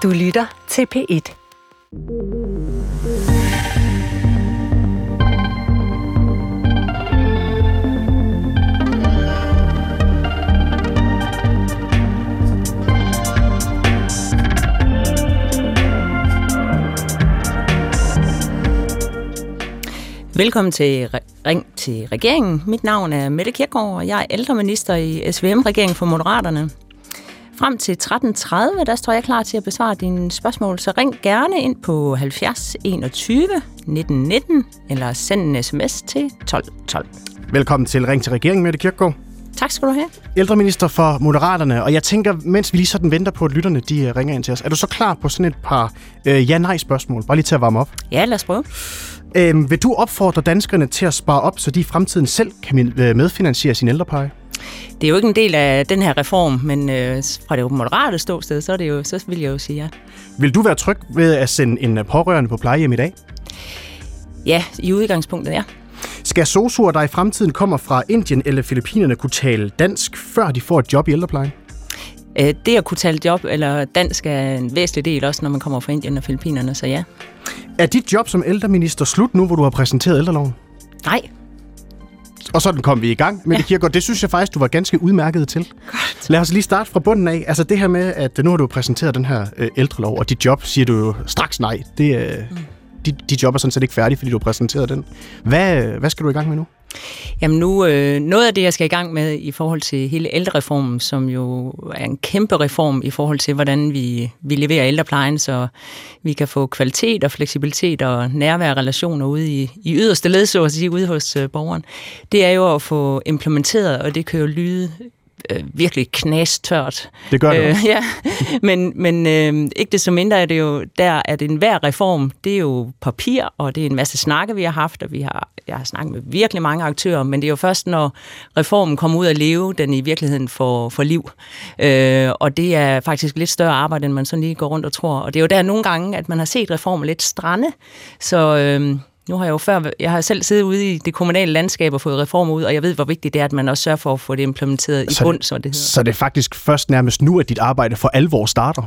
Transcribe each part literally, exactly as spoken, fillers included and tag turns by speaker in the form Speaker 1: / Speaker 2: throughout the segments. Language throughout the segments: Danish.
Speaker 1: Du lytter til P et. Velkommen til Ring til regeringen. Mit navn er Mette Kirkegaard, og jeg er ældreminister i S V M-regeringen for Moderaterne. Frem til tretten tredive, der står jeg klar til at besvare dine spørgsmål, så ring gerne ind på halvfjerds enogtyve nitten nitten, eller send en sms til tolv tolv.
Speaker 2: Velkommen til Ring til regeringen, Mette Kirkegaard.
Speaker 1: Tak skal du have.
Speaker 2: Ældreminister for Moderaterne, og jeg tænker, mens vi lige sådan venter på, at lytterne de ringer ind til os, er du så klar på sådan et par øh, ja-nej-spørgsmål? Bare lige til at varme op.
Speaker 1: Ja, lad os prøve.
Speaker 2: Øhm, vil du opfordre danskerne til at spare op, så de i fremtiden selv kan medfinansiere sin ældrepleje?
Speaker 1: Det er jo ikke en del af den her reform, men øh, fra det moderate ståsted, så, er det jo, så vil jeg jo sige ja.
Speaker 2: Vil du være tryg ved at sende en pårørende på plejehjem i dag?
Speaker 1: Ja, i udgangspunktet, ja.
Speaker 2: Skal sosuer, der i fremtiden kommer fra Indien eller Filippinerne, kunne tale dansk, før de får et job i ældreplejen?
Speaker 1: Det at kunne tale job eller dansk er en væsentlig del, også når man kommer fra Indien og Filippinerne, så ja.
Speaker 2: Er dit job som ældreminister slut nu, hvor du har præsenteret ældreloven?
Speaker 1: Nej.
Speaker 2: Og sådan kom vi i gang med ja. det, Kirkegaard. Det synes jeg faktisk, du var ganske udmærket til.
Speaker 1: Godt.
Speaker 2: Lad os lige starte fra bunden af. Altså det her med, at nu har du præsenteret den her øh, ældrelov, og dit job siger du jo straks nej. Det, øh, mm. dit, dit job er sådan set ikke færdigt, fordi du har præsenteret den. Hvad, hvad skal du i gang med nu?
Speaker 1: Jamen nu, øh, noget af det, jeg skal i gang med i forhold til hele ældrereformen, som jo er en kæmpe reform i forhold til, hvordan vi, vi leverer ældreplejen, så vi kan få kvalitet og fleksibilitet og nærvær og relationer ude i, i yderste led, så at sige, ude hos øh, borgeren. Det er jo at få implementeret, og det kan jo lyde øh, virkelig knastørt.
Speaker 2: Det gør det øh,
Speaker 1: ja. Men, men øh, ikke desto mindre er det jo, der at enhver reform, det er jo papir, og det er en masse snakke, vi har haft, og vi har, jeg har snakket med virkelig mange aktører, men det er jo først, når reformen kommer ud at leve, den i virkeligheden får, får liv. Øh, og det er faktisk lidt større arbejde, end man sådan lige går rundt og tror. Og det er jo der nogle gange, at man har set reformer lidt strande, så øh, nu har jeg jo før, jeg har selv siddet ude i det kommunale landskab og fået reformer ud, og jeg ved, hvor vigtigt det er, at man også sørger for at få det implementeret i bund, så det hedder.
Speaker 2: Så det er faktisk først nærmest nu, at dit arbejde for alvor starter?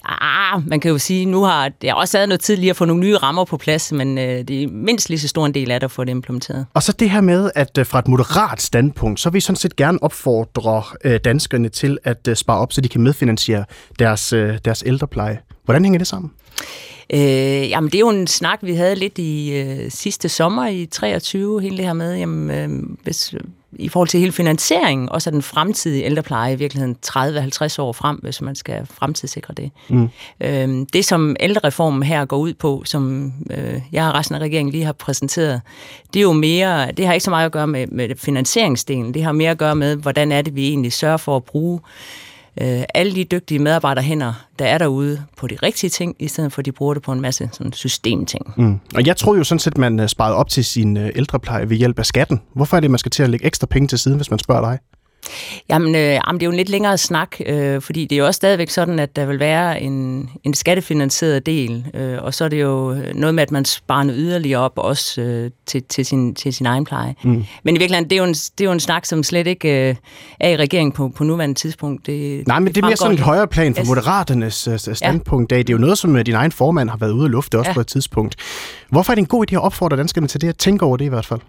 Speaker 1: Ah, man kan jo sige, nu har jeg også taget noget tid lige at få nogle nye rammer på plads, men øh, det er mindst lige så stor en del af det at få det implementeret.
Speaker 2: Og så det her med, at øh, fra et moderat standpunkt, så vil vi sådan set gerne opfordre øh, danskerne til at øh, spare op, så de kan medfinansiere deres, øh, deres ældrepleje. Hvordan hænger det sammen?
Speaker 1: Øh, jamen det er jo en snak, vi havde lidt i øh, sidste sommer i treogtyve, hele det her med, jamen, øh, hvis, i forhold til hele finansieringen, også af den fremtidige ældrepleje, i virkeligheden tredive til halvtreds år frem, hvis man skal fremtidssikre det. Mm. Øh, det, som ældrereformen her går ud på, som øh, jeg og resten af regeringen lige har præsenteret, det er jo mere, det har ikke så meget at gøre med, med finansieringsdelen, det har mere at gøre med, hvordan er det, vi egentlig sørger for at bruge Øh, alle de dygtige medarbejderhænder, der er derude på de rigtige ting, i stedet for at de bruger det på en masse sådan systemting. Mm.
Speaker 2: Og jeg tror jo sådan set, at man sparede op til sin ældrepleje ved hjælp af skatten. Hvorfor er det, man skal til at lægge ekstra penge til siden, hvis man spørger dig?
Speaker 1: Jamen, øh, jamen, det er jo en lidt længere snak, øh, fordi det er jo også stadigvæk sådan, at der vil være en, en skattefinansieret del, øh, og så er det jo noget med, at man sparer noget yderligere op også øh, til, til, sin, til sin egen pleje. Mm. Men i virkeligheden, det er jo en, det er jo en snak, som slet ikke øh, er i regeringen på, på nuværende tidspunkt. Det,
Speaker 2: Nej, men det, det er mere sådan et højere plan for Moderaternes standpunkt. Ja. Det er jo noget, som din egen formand har været ude at lufte også ja. på et tidspunkt. Hvorfor er det en god idé at opfordre danskerne til det? At tænke over det i hvert fald?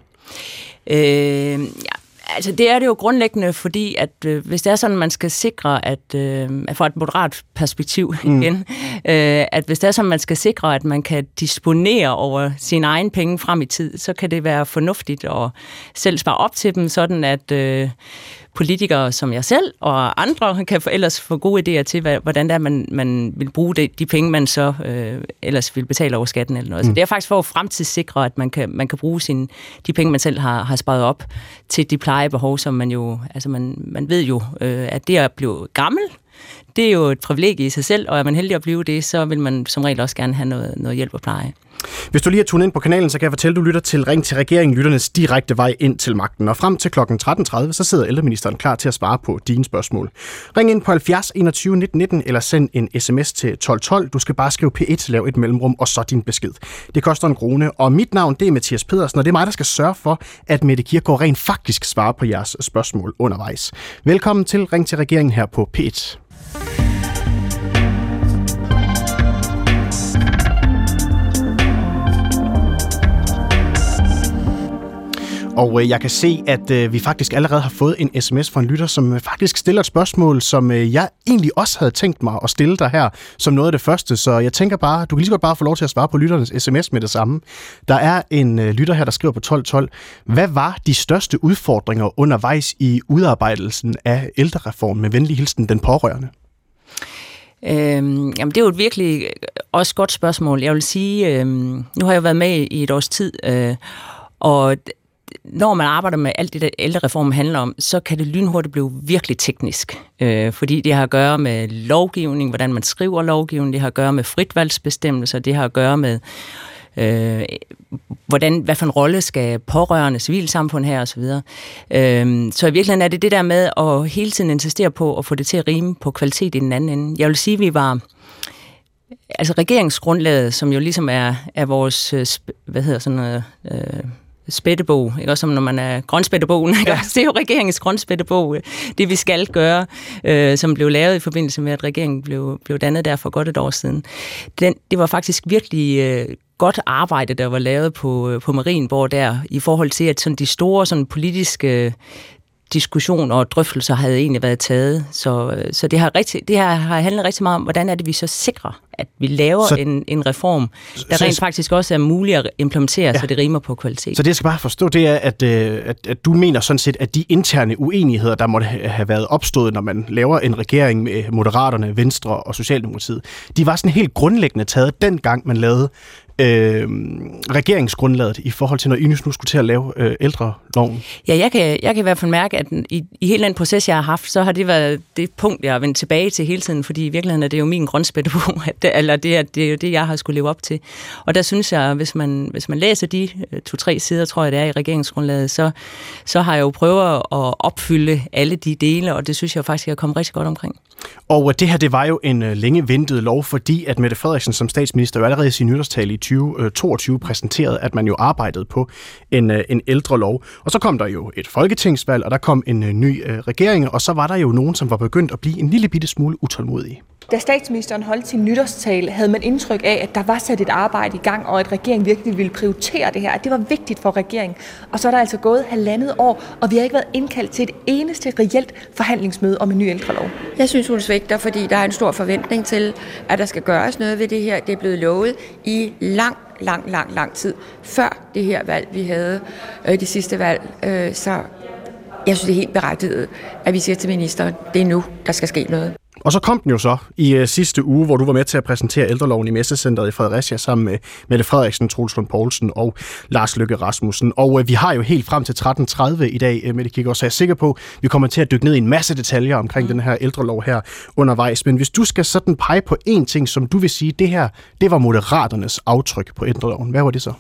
Speaker 1: Øh, ja. Altså det er det jo grundlæggende, fordi at øh, hvis det er sådan, man skal sikre, at øh, fra et moderat perspektiv mm. igen, øh, at hvis det er sådan, man skal sikre, at man kan disponere over sine egne penge frem i tid, så kan det være fornuftigt at selv spare op til dem, sådan at øh, politikere som jeg selv og andre kan få, ellers få gode idéer til, hvordan det er, man, man vil bruge de, de penge, man så øh, ellers vil betale over skatten eller noget. Mm. Så det er faktisk for at fremtidssikre, at man kan, man kan bruge sine, de penge, man selv har, har sparet op til de plejebehov, som man jo, altså man, man ved jo, øh, at det at blive gammel, det er jo et privilegie i sig selv, og er man heldig at blive det, så vil man som regel også gerne have noget, noget hjælp og pleje.
Speaker 2: Hvis du lige har tunet ind på kanalen, så kan jeg fortælle, at du lytter til Ring til regeringen, lytternes direkte vej ind til magten. Og frem til klokken tretten tredive, så sidder ældreministeren klar til at svare på dine spørgsmål. Ring ind på halvfjerds enogtyve nitten nitten eller send en sms til tolv tolv. Du skal bare skrive P et, lav et mellemrum og så din besked. Det koster en krone, og mit navn det er Mathias Pedersen, og det er mig, der skal sørge for, at Mette Kirkegaard rent faktisk svarer på jeres spørgsmål undervejs. Velkommen til Ring til regeringen her på P et. Og øh, jeg kan se, at øh, vi faktisk allerede har fået en sms fra en lytter, som øh, faktisk stiller et spørgsmål, som øh, jeg egentlig også havde tænkt mig at stille dig her som noget af det første. Så jeg tænker bare, du kan lige så godt bare få lov til at svare på lytternes sms med det samme. Der er en øh, lytter her, der skriver på tolv tolv. Hvad var de største udfordringer undervejs i udarbejdelsen af ældrereformen? Med venlig hilsen, den pårørende.
Speaker 1: Øhm, jamen det er jo et virkelig også godt spørgsmål. Jeg vil sige, øhm, nu har jeg været med i et års tid, øh, og når man arbejder med alt det, der ældrereformen handler om, så kan det lynhurtigt blive virkelig teknisk. Øh, fordi det har at gøre med lovgivning, hvordan man skriver lovgivning, det har at gøre med fritvalgsbestemmelser, det har at gøre med Øh, hvordan, hvad for en rolle skal pårørende, civilsamfund her osv. Øh, så i virkeligheden er det det der med at hele tiden insistere på at få det til at rime på kvalitet i den anden ende. Jeg vil sige, at vi var altså regeringsgrundlaget, som jo ligesom er, er vores, hvad hedder sådan noget, øh, spættebog, ikke? Også som når man er grønspættebogen, ikke? Ja. Det er jo regeringens grønspættebog, det vi skal gøre, øh, som blev lavet i forbindelse med, at regeringen blev, blev dannet der for godt et år siden. Den, det var faktisk virkelig øh, godt arbejde, der var lavet på, på Marienborg der, i forhold til, at sådan de store sådan politiske diskussioner og drøftelser havde egentlig været taget. Så, så det, har rigtig, det her har handlet rigtig meget om, hvordan er det, vi så sikrer, at vi laver så, en, en reform, der så, rent så, faktisk også er mulig at implementere, ja. Så det rimer på kvalitet. Så
Speaker 2: det, jeg skal bare forstå, det er, at, at, at du mener sådan set, at de interne uenigheder, der måtte have været opstået, når man laver en regering med Moderaterne, Venstre og Socialdemokratiet, de var sådan helt grundlæggende taget dengang, man lavede Øh, regeringsgrundlaget i forhold til, når I nu skulle til at lave øh, ældreloven?
Speaker 1: Ja, jeg kan, jeg kan i hvert fald mærke, at i, i hele den proces, jeg har haft, så har det været det punkt, jeg har vendt tilbage til hele tiden, fordi i virkeligheden er det jo min grønspættebog, eller det er, det er jo det, jeg har skulle leve op til. Og der synes jeg, hvis man, hvis man læser de to-tre sider, tror jeg det er i regeringsgrundlaget, så, så har jeg jo prøvet at opfylde alle de dele, og det synes jeg faktisk, jeg er kommet rigtig godt omkring.
Speaker 2: Og det her, det var jo en længe ventet lov, fordi at Mette Frederiksen som statsminister jo allerede i sin nytårstale i tyve toogtyve præsenterede, at man jo arbejdede på en, en ældrelov. Og så kom der jo et folketingsvalg, og der kom en ny regering, og så var der jo nogen, som var begyndt at blive en lille bitte smule utålmodige.
Speaker 3: Da statsministeren holdt sin nytårstale, havde man indtryk af, at der var sat et arbejde i gang, og at regeringen virkelig ville prioritere det her, at det var vigtigt for regeringen. Og så er der altså gået halvandet år, og vi har ikke været indkaldt til et eneste reelt forhandlingsmøde om en ny ældrelov.
Speaker 4: Jeg synes, hun svigter, fordi der er en stor forventning til, at der skal gøres noget ved det her. Det er blevet lovet i lang, lang, lang, lang tid, før det her valg, vi havde, øh, det sidste valg. Øh, så jeg synes, det er helt berettiget, at vi siger til ministeren, det er nu, der skal ske noget.
Speaker 2: Og så kom den jo så i øh, sidste uge, hvor du var med til at præsentere ældreloven i Messecenteret i Fredericia sammen med Mette Frederiksen, Troels Lund Poulsen og Lars Løkke Rasmussen. Og øh, vi har jo helt frem til tretten tredive i dag, øh, Mette Kierkegaard, så jeg er sikker på, at vi kommer til at dykke ned i en masse detaljer omkring mm. den her ældrelov her undervejs. Men hvis du skal sådan pege på én ting, som du vil sige, det her, det var Moderaternes aftryk på ældreloven. Hvad var det så?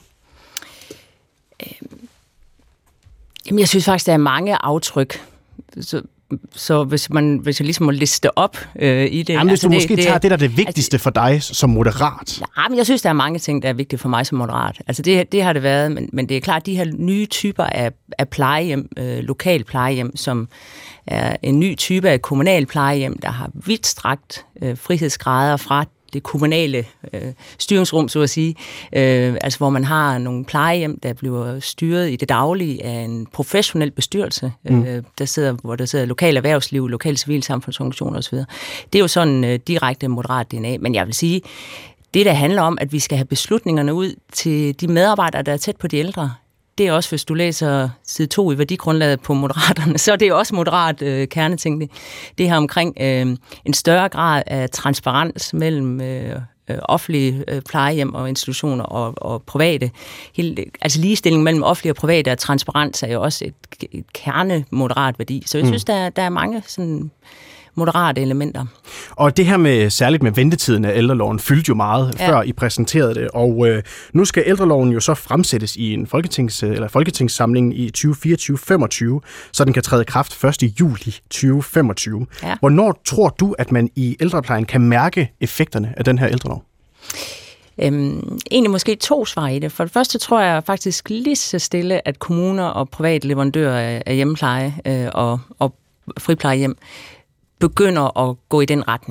Speaker 1: Jamen, jeg synes faktisk, der er mange aftryk. Så Så hvis man hvis jeg ligesom må liste op øh, i det...
Speaker 2: Jamen, hvis
Speaker 1: altså
Speaker 2: du
Speaker 1: det,
Speaker 2: måske
Speaker 1: det,
Speaker 2: tager det, der er det vigtigste altså, for dig som moderat.
Speaker 1: Nej, men jeg synes, der er mange ting, der er vigtige for mig som moderat. Altså det, det har det været, men, men det er klart, de her nye typer af, af plejehjem, øh, lokal plejehjem, som er en ny type af kommunal plejehjem, der har vidt strakt øh, frihedsgrader fra det kommunale øh, styringsrum, så at sige. Øh, altså hvor man har nogle plejehjem, der bliver styret i det daglige af en professionel bestyrelse, mm. øh, der sidder, hvor der sidder lokal erhvervsliv, lokale civilsamfundsorganisationer osv. Det er jo sådan øh, direkte moderat D N A, men jeg vil sige, det der handler om, at vi skal have beslutningerne ud til de medarbejdere, der er tæt på de ældre. Det er også, hvis du læser side to i værdigrundlaget på Moderaterne, så er det også moderat øh, kerneting. Det her omkring øh, en større grad af transparens mellem øh, offentlige øh, plejehjem og institutioner og, og private. Helt, altså ligestilling mellem offentlige og private og transparens er jo også et, et kernemoderat værdi. Så jeg synes, mm. der, der er mange sådan moderate elementer.
Speaker 2: Og det her med, særligt med ventetiden af ældreloven, fyldte jo meget, ja. Før I præsenterede det. Og øh, nu skal ældreloven jo så fremsættes i en folketings, eller folketingssamling i tyve fireogtyve femogtyve, så den kan træde i kraft første juli tyve femogtyve. Ja. Hvornår tror du, at man i ældreplejen kan mærke effekterne af den her ældrelov?
Speaker 1: Øhm, egentlig måske to svar i det. For det første tror jeg faktisk lige så stille, at kommuner og private leverandører af hjemmepleje øh, og, og friplejehjem begynder at gå i den retning.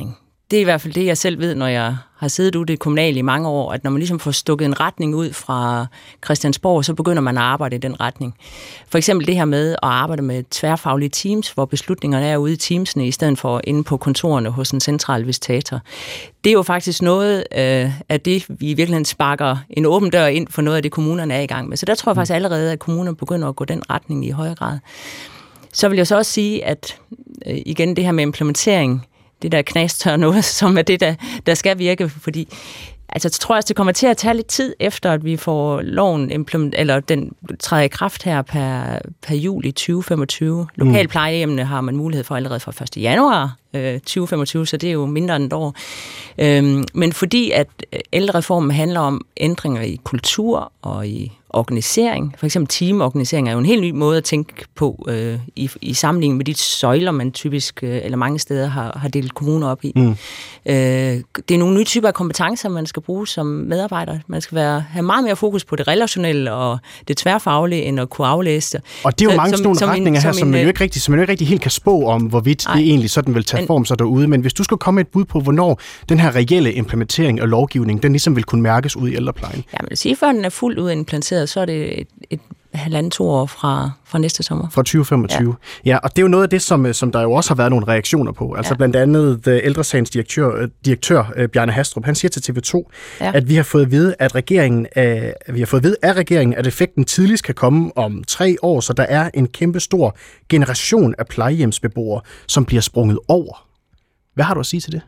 Speaker 1: det er i hvert fald det, jeg selv ved, når jeg har siddet ude i det kommunale i mange år, at når man ligesom får stukket en retning ud fra Christiansborg, så begynder man at arbejde i den retning. For eksempel det her med at arbejde med tværfaglige teams, hvor beslutningerne er ude i teamsene, i stedet for inde på kontorerne hos en central visitator. Det er jo faktisk noget øh, af det, vi i virkeligheden sparker en åben dør ind for noget af det, kommunerne er i gang med. Så der tror jeg faktisk allerede, at kommunerne begynder at gå den retning i højere grad. Så vil jeg så også sige, at øh, igen det her med implementering, det der knastør noget, som er det, der, der skal virke, fordi altså, jeg tror også, det kommer til at tage lidt tid efter, at vi får loven implement, eller den træder i kraft her per, per juli tyve femogtyve. Lokalplejehjemmene har man mulighed for allerede fra første januar øh, tyve femogtyve, så det er jo mindre end et år. Øhm, men fordi at ældrereformen handler om ændringer i kultur og i organisering, for eksempel teamorganisering er jo en helt ny måde at tænke på øh, i, i sammenligning med de søjler, man typisk øh, eller mange steder har, har delt kommuner op i. Mm. Øh, det er nogle nye typer af kompetencer, man skal bruge som medarbejder. Man skal være, have meget mere fokus på det relationelle og det tværfaglige, end at kunne aflæse det.
Speaker 2: Og det er jo mange
Speaker 1: som,
Speaker 2: sådan
Speaker 1: som
Speaker 2: retninger
Speaker 1: en,
Speaker 2: her,
Speaker 1: som,
Speaker 2: som man
Speaker 1: en,
Speaker 2: jo ikke rigtig, som man jo ikke rigtig helt kan spå om, hvorvidt nej, det egentlig sådan vil tage men, form sig derude. Men hvis du skulle komme med et bud på, hvornår den her reelle implementering af lovgivningen, den ligesom vil kunne mærkes ud i ældreplejen?
Speaker 1: Ja, men sige, før den er fuldt ud implementeret, så er det et, et halvandet to år fra, fra næste sommer.
Speaker 2: Fra tyve femogtyve. Ja. Ja, og det er jo noget af det, som, som der jo også har været nogle reaktioner på. Altså ja. Blandt andet Ældresagens direktør, direktør Bjarne Hastrup, han siger til T V to, ja. at vi har fået at vide, at regeringen er, vi har fået at vide af regeringen, at effekten tidligst kan komme om tre år, så der er en kæmpe stor generation af plejehjemsbeboere, som bliver sprunget over. Hvad har du at sige til det?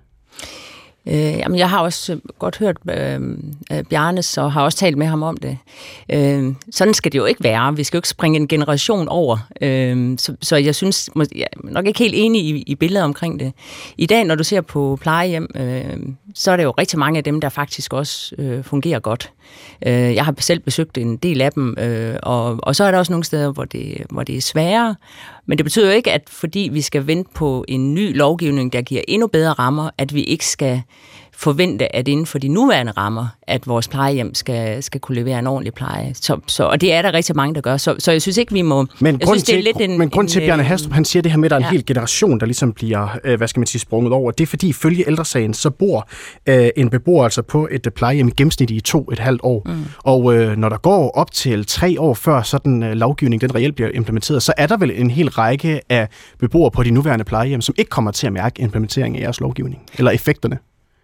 Speaker 1: Øh, jamen, jeg har også godt hørt øh, Bjarnes og har også talt med ham om det. Øh, sådan skal det jo ikke være. Vi skal jo ikke springe en generation over. Øh, så, så jeg synes, jeg er nok ikke helt enig i, i billedet omkring det. I dag, når du ser på plejehjem, øh, så er det jo rigtig mange af dem, der faktisk også øh, fungerer godt. Øh, jeg har selv besøgt en del af dem, øh, og, og så er der også nogle steder, hvor det, hvor det er sværere. Men det betyder jo ikke, at fordi vi skal vente på en ny lovgivning, der giver endnu bedre rammer, at vi ikke skal forvente, at inden for de nuværende rammer, at vores plejehjem skal, skal kunne levere en ordentlig pleje. Så, så, og det er der rigtig mange, der gør. Så, så jeg synes ikke, vi må...
Speaker 2: Men grund
Speaker 1: synes,
Speaker 2: til,
Speaker 1: det er lidt en,
Speaker 2: men grund til, at Bjarne Hastrup, han siger det her med, at der er en
Speaker 1: ja.
Speaker 2: hel generation, der ligesom bliver, øh, hvad skal man sige, sprunget over. Det er fordi, ifølge Ældresagen, så bor øh, en beboer altså på et plejehjem i gennemsnit i to et halvt år. Mm. Og øh, når der går op til tre år før sådan øh, lovgivning, den reelt bliver implementeret, så er der vel en hel række af beboere på de nuværende plejehjem, som ikke kommer til at mærke implementering af jeres lovgivning, eller effekterne.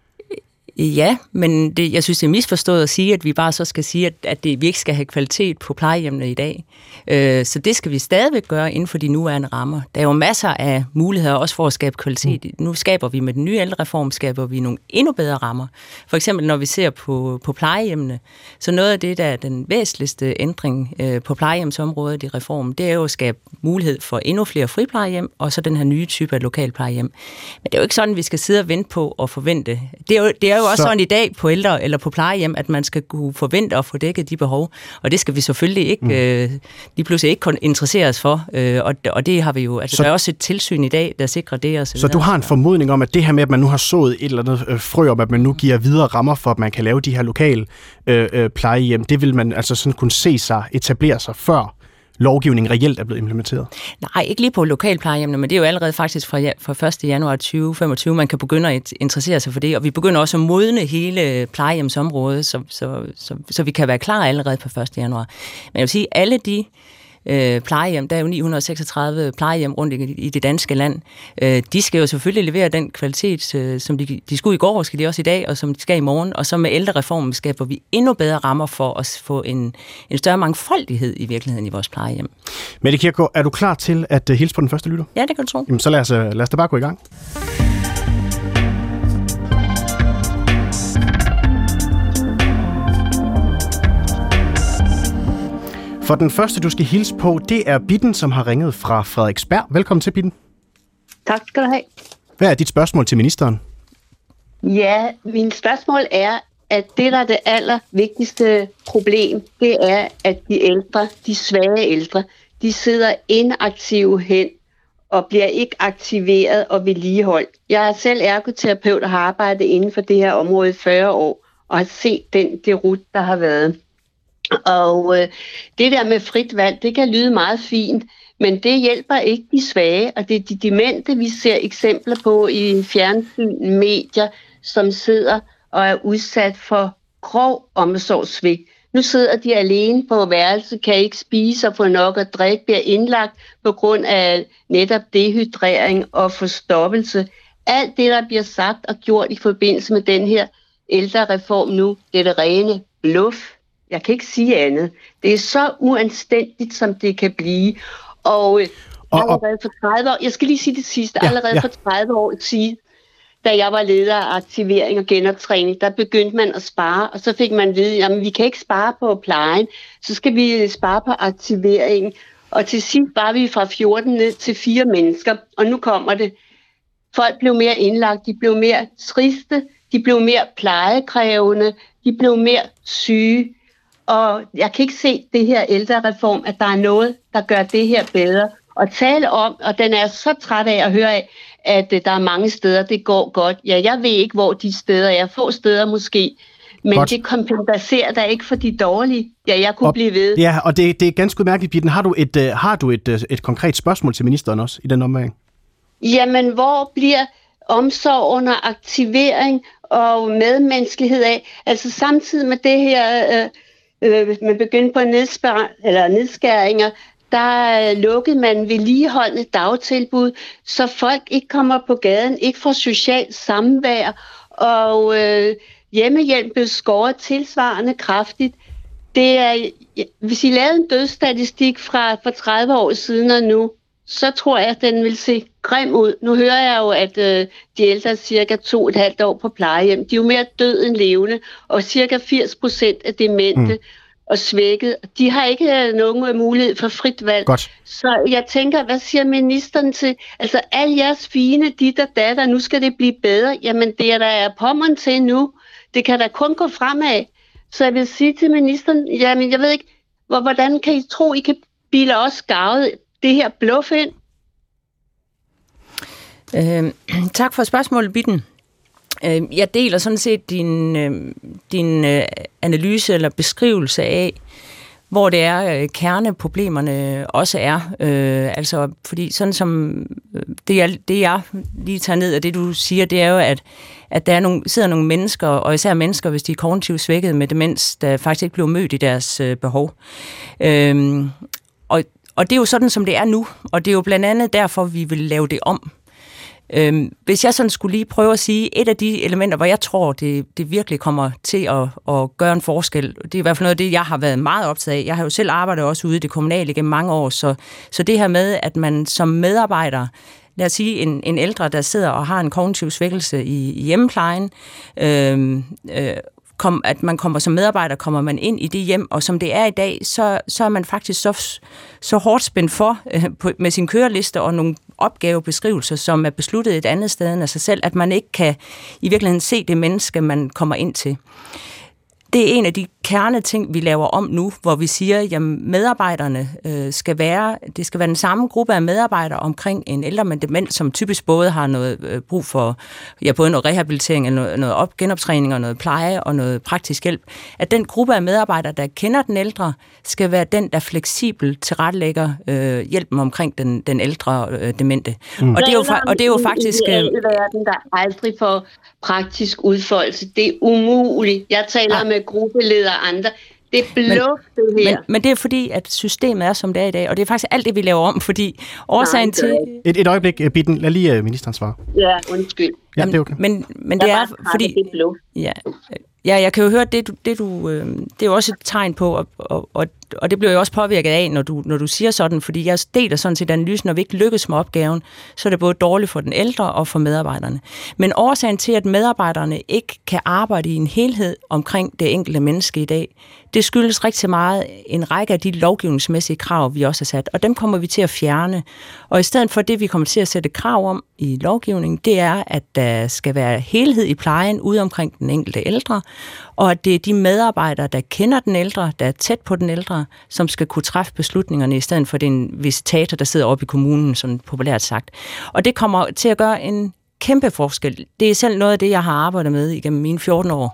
Speaker 1: Ja, men det, jeg synes, det er misforstået at sige, at vi bare så skal sige, at, at det, vi ikke skal have kvalitet på plejehjemmene i dag. Øh, så det skal vi stadigvæk gøre inden for de nuværende rammer. Der er jo masser af muligheder også for at skabe kvalitet. Mm. Nu skaber vi med den nye ældrereform, skaber vi nogle endnu bedre rammer. For eksempel når vi ser på, på plejehjemmene, så noget af det, der er den væsentligste ændring øh, på plejehjemsområdet i reformen, det er jo at skabe mulighed for endnu flere friplejehjem, og så den her nye type af lokalplejehjem. Men det er jo ikke sådan, vi skal sidde og vente på og forvente. Det er jo, det er jo også så... sådan i dag på ældre eller på plejehjem, at man skal kunne forvente at få dækket de behov, og det skal vi selvfølgelig ikke, mm. øh, lige pludselig ikke interessere os for, øh, og, og det har vi jo, altså så... der er også et tilsyn i dag, der sikrer det og så videre.
Speaker 2: Så du har en formodning om, at det her med, at man nu har sået et eller andet øh, frø om, at man nu giver videre rammer for, at man kan lave de her lokale øh, øh, plejehjem, det vil man altså sådan kunne se sig etablere sig før lovgivningen reelt er blevet implementeret?
Speaker 1: Nej, ikke lige på lokalplejehjemmene, men det er jo allerede faktisk fra, fra første januar tyve femogtyve, man kan begynde at interessere sig for det, og vi begynder også at modne hele plejehjemsområdet, så, så, så, så vi kan være klar allerede på første januar. Men jeg vil sige, alle de øh, plejehjem, der er jo ni hundrede og seksogtredive plejehjem rundt i, i det danske land, øh, de skal jo selvfølgelig levere den kvalitet, øh, som de, de skulle i går, skal de også i dag, og som de skal i morgen, og så med ældrereformen skaber vi endnu bedre rammer for at få en, en større mangfoldighed i virkeligheden i vores plejehjem.
Speaker 2: Mette Kirkegaard, er du klar til at uh, hilse på den første lytter?
Speaker 1: Ja, det kan du tro.
Speaker 2: Jamen, så lad os, uh, lad os da bare gå i gang. For den første, du skal hilse på, det er Bitten, som har ringet fra Frederiksberg. Velkommen til, Bitten.
Speaker 5: Tak skal du have.
Speaker 2: Hvad er dit spørgsmål til ministeren?
Speaker 5: Ja, min spørgsmål er, at det, der er det allervigtigste problem, det er, at de ældre, de svage ældre, de sidder inaktive hen og bliver ikke aktiveret og vedligeholdt. Jeg er selv ergoterapeut og har arbejdet inden for det her område i fyrre år og har set den derut, der har været. Og øh, det der med frit valg, det kan lyde meget fint, men det hjælper ikke de svage, og det er de demente, vi ser eksempler på i fjernsyn, medier, som sidder og er udsat for grov omsorgssvigt. Nu sidder de alene på værelse, kan ikke spise og få nok at drikke, bliver indlagt på grund af netop dehydrering og forstoppelse. Alt det, der bliver sagt og gjort i forbindelse med den her ældrereform nu, det er det rene bluff. Jeg kan ikke sige andet. Det er så uanstændigt, som det kan blive. Og, øh, og, og allerede for tredive år, jeg skal lige sige det sidste, ja, allerede ja. for tredive år siden, da jeg var leder af aktivering og genoptræning, der begyndte man at spare, og så fik man at vide, at vi kan ikke spare på plejen, så skal vi spare på aktiveringen. Og til sidst var vi fra fjorten ned til fire mennesker, og nu kommer det. Folk blev mere indlagt, de blev mere triste, de blev mere plejekrævende, de blev mere syge. Og jeg kan ikke se det her ældrereform, at der er noget, der gør det her bedre. Og tale om, og den er så træt af at høre af, at der er mange steder, det går godt. Ja, jeg ved ikke, hvor de steder er. Få steder måske. Men godt. Det kompenserer der ikke for de dårlige. Ja, jeg kunne og, blive ved.
Speaker 2: Ja, og det, det er ganske udmærket, Bitten. Har du, et, uh, har du et, uh, et konkret spørgsmål til ministeren også i den omgang?
Speaker 5: Jamen, hvor bliver omsorg under aktivering og medmenneskelighed af? Altså samtidig med det her, øh, øh, man begyndte på nedspær- eller nedskæringer, der lukkede man vedligeholdende dagtilbud, så folk ikke kommer på gaden, ikke får socialt samvær, og øh, hjemmehjælp blev skåret tilsvarende kraftigt. Det er, hvis I lavede en dødsstatistik fra for tredive år siden og nu, så tror jeg, at den vil se grim ud. Nu hører jeg jo, at øh, de ældre er cirka to og et halvt år på plejehjem. De er jo mere død end levende, og cirka firs procent af demente mm. og svækket. De har ikke nogen mulighed for frit valg.
Speaker 2: Godt.
Speaker 5: Så jeg tænker, hvad siger ministeren til, altså alle jeres fine dit og datter, nu skal det blive bedre. Jamen det er der er pommeren til nu. Det kan da kun gå fremad. Så jeg vil sige til ministeren, jamen jeg ved ikke, hvordan kan I tro, I kan bilde os garvet det her bluff ind?
Speaker 1: Øh, tak for spørgsmålet, Bitten. Øh, jeg deler sådan set din, øh, din øh, analyse eller beskrivelse af, hvor det er, øh, kerneproblemerne også er. Øh, altså, fordi sådan som øh, det, jeg, det, jeg lige tager ned af det, du siger, det er jo, at, at der er nogle, sidder nogle mennesker, og især mennesker, hvis de er kognitivt svækket med demens, der faktisk ikke bliver mødt i deres øh, behov. Øh, og Og det er jo sådan, som det er nu, og det er jo blandt andet derfor, vi vil lave det om. Øhm, hvis jeg sådan skulle lige prøve at sige, et af de elementer, hvor jeg tror, det, det virkelig kommer til at, at gøre en forskel, det er i hvert fald noget af det, jeg har været meget optaget af. Jeg har jo selv arbejdet også ude i det kommunale gennem mange år, så, så det her med, at man som medarbejder, lad os sige en, en ældre, der sidder og har en kognitiv svækkelse i, i hjemmeplejen, øhm, øh, Kom, at man kommer som medarbejder, kommer man ind i det hjem, og som det er i dag, så, så er man faktisk så, så hårdt spændt for øh, på, med sin køreliste og nogle opgavebeskrivelser, som er besluttet et andet sted end af sig selv, at man ikke kan i virkeligheden se det menneske, man kommer ind til. Det er en af de kerneting, vi laver om nu, hvor vi siger, at medarbejderne øh, skal være, det skal være den samme gruppe af medarbejdere omkring en ældre med demens, som typisk både har noget øh, brug for, ja, både noget rehabilitering, noget, noget op, genoptræning og noget pleje og noget praktisk hjælp. At den gruppe af medarbejdere, der kender den ældre, skal være den, der fleksibelt tilrettelægger øh, hjælpen omkring den, den ældre øh, demente. Mm. Og, det er jo, og det er jo faktisk...
Speaker 5: Øh, verden, der aldrig får praktisk udfoldelse. Det er umuligt. Jeg taler ja. med gruppeleder og andre. Det er bluff, det her.
Speaker 1: Men, men det er fordi, at systemet er, som det er i dag, og det er faktisk alt det, vi laver om, fordi årsagen Nej, til...
Speaker 2: Et, et øjeblik, Bitten. Lad lige uh, ministeren svare.
Speaker 5: Ja, undskyld.
Speaker 2: Ja, det er okay.
Speaker 1: Men, men det er, fordi...
Speaker 5: Det er bluff.
Speaker 1: Ja, ja, jeg kan jo høre, det, du, det, du, øh, det er jo også et tegn på, og, og, og, og det bliver jo også påvirket af, når du, når du siger sådan, fordi jeg deler sådan set analysen, når vi ikke lykkes med opgaven, så er det både dårligt for den ældre og for medarbejderne. Men årsagen til, at medarbejderne ikke kan arbejde i en helhed omkring det enkelte menneske i dag, det skyldes rigtig meget en række af de lovgivningsmæssige krav, vi også har sat, og dem kommer vi til at fjerne. Og i stedet for det, vi kommer til at sætte krav om i lovgivningen, det er, at der skal være helhed i plejen ude omkring den enkelte ældre, og at det er de medarbejdere, der kender den ældre, der er tæt på den ældre, som skal kunne træffe beslutningerne, i stedet for den visitator, der sidder oppe i kommunen, sådan populært sagt. Og det kommer til at gøre en kæmpe forskel. Det er selv noget af det, jeg har arbejdet med igennem mine fjorten år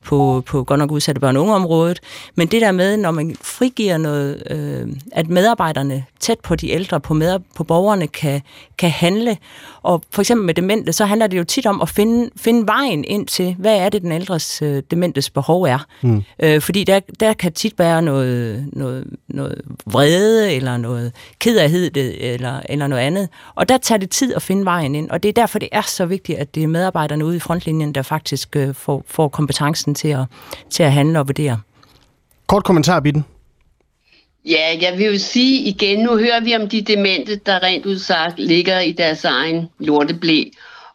Speaker 1: på, på godt nok udsatte børn- og ungeområdet. Men det der med, når man frigiver noget, øh, at medarbejderne tæt på de ældre, på, med, på borgerne, kan, kan handle. Og for eksempel med demente, så handler det jo tit om at finde, finde vejen ind til, hvad er det, den ældres øh, dementes behov er. Mm. Øh, fordi der, der kan tit være noget, noget, noget vrede, eller noget kederhed, eller, eller noget andet. Og der tager det tid at finde vejen ind. Og det er derfor, det er så vigtigt, at det er medarbejderne ude i frontlinjen, der faktisk øh, får, får kompetencen til at, til at handle og vurdere.
Speaker 2: Kort kommentar, Bitten.
Speaker 5: Ja, jeg vil jo sige igen, nu hører vi om de demente, der rent udsagt ligger i deres egen lorteblæ,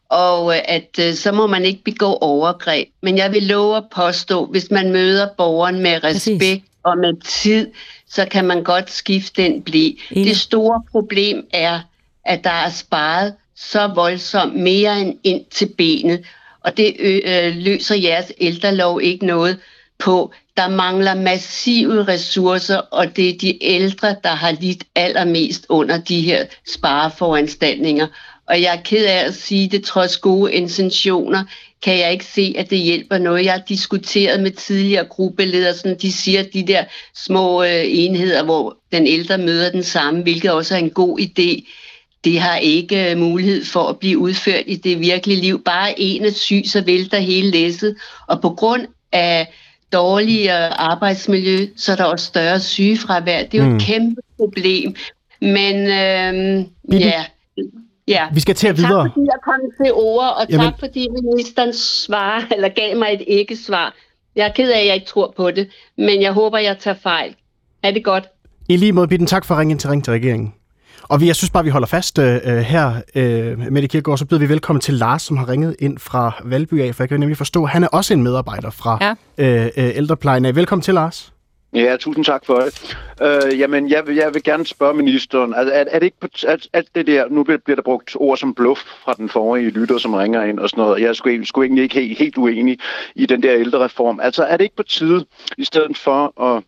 Speaker 5: og at øh, så må man ikke begå overgreb. Men jeg vil love at påstå, hvis man møder borgeren med respekt Præcis. Og med tid, så kan man godt skifte den blæ. Det store problem er, at der er sparet så voldsomt mere end ind til benet, og det øh, løser jeres ældrelov ikke noget på. Der mangler massive ressourcer, og det er de ældre, der har lidt allermest under de her spareforanstaltninger. Og jeg er ked af at sige det, trods gode intentioner, kan jeg ikke se, at det hjælper noget. Jeg har diskuteret med tidligere gruppeledere, sådan de siger, at de der små øh, enheder, hvor den ældre møder den samme, hvilket også er en god idé, det har ikke øh, mulighed for at blive udført i det virkelige liv. Bare en er syg, så vælter hele læsset. Og på grund af dårligere arbejdsmiljø, så er der også større sygefravær. Det er jo mm. et kæmpe problem. Men øhm, ja... Ja.
Speaker 2: Vi skal til at videre.
Speaker 5: Tak fordi jeg kom til ord, og
Speaker 2: Jamen.
Speaker 5: tak fordi ministeren svarer, eller gav mig et ikke-svar. Jeg er ked af, at jeg ikke tror på det, men jeg håber, jeg tager fejl. Er det godt?
Speaker 2: I lige måde, Bitten, tak for at ringe ind til Ring til regeringen. Og vi, jeg synes bare, vi holder fast øh, her, øh, Mette Kirkegaard, så byder vi velkommen til Lars, som har ringet ind fra Valby af, for jeg kan nemlig forstå, at han er også en medarbejder fra ja. øh, øh, ældreplejen af. Velkommen til, Lars.
Speaker 6: Ja, tusind tak for det. Øh, jamen, jeg vil, jeg vil gerne spørge ministeren, altså, er, er det ikke på alt, alt det der, nu bliver der brugt ord som bluff fra den forrige lytter, som ringer ind og sådan noget, jeg skulle, skulle egentlig ikke helt, helt uenig i den der ældrereform. Altså, er det ikke på tide, i stedet for at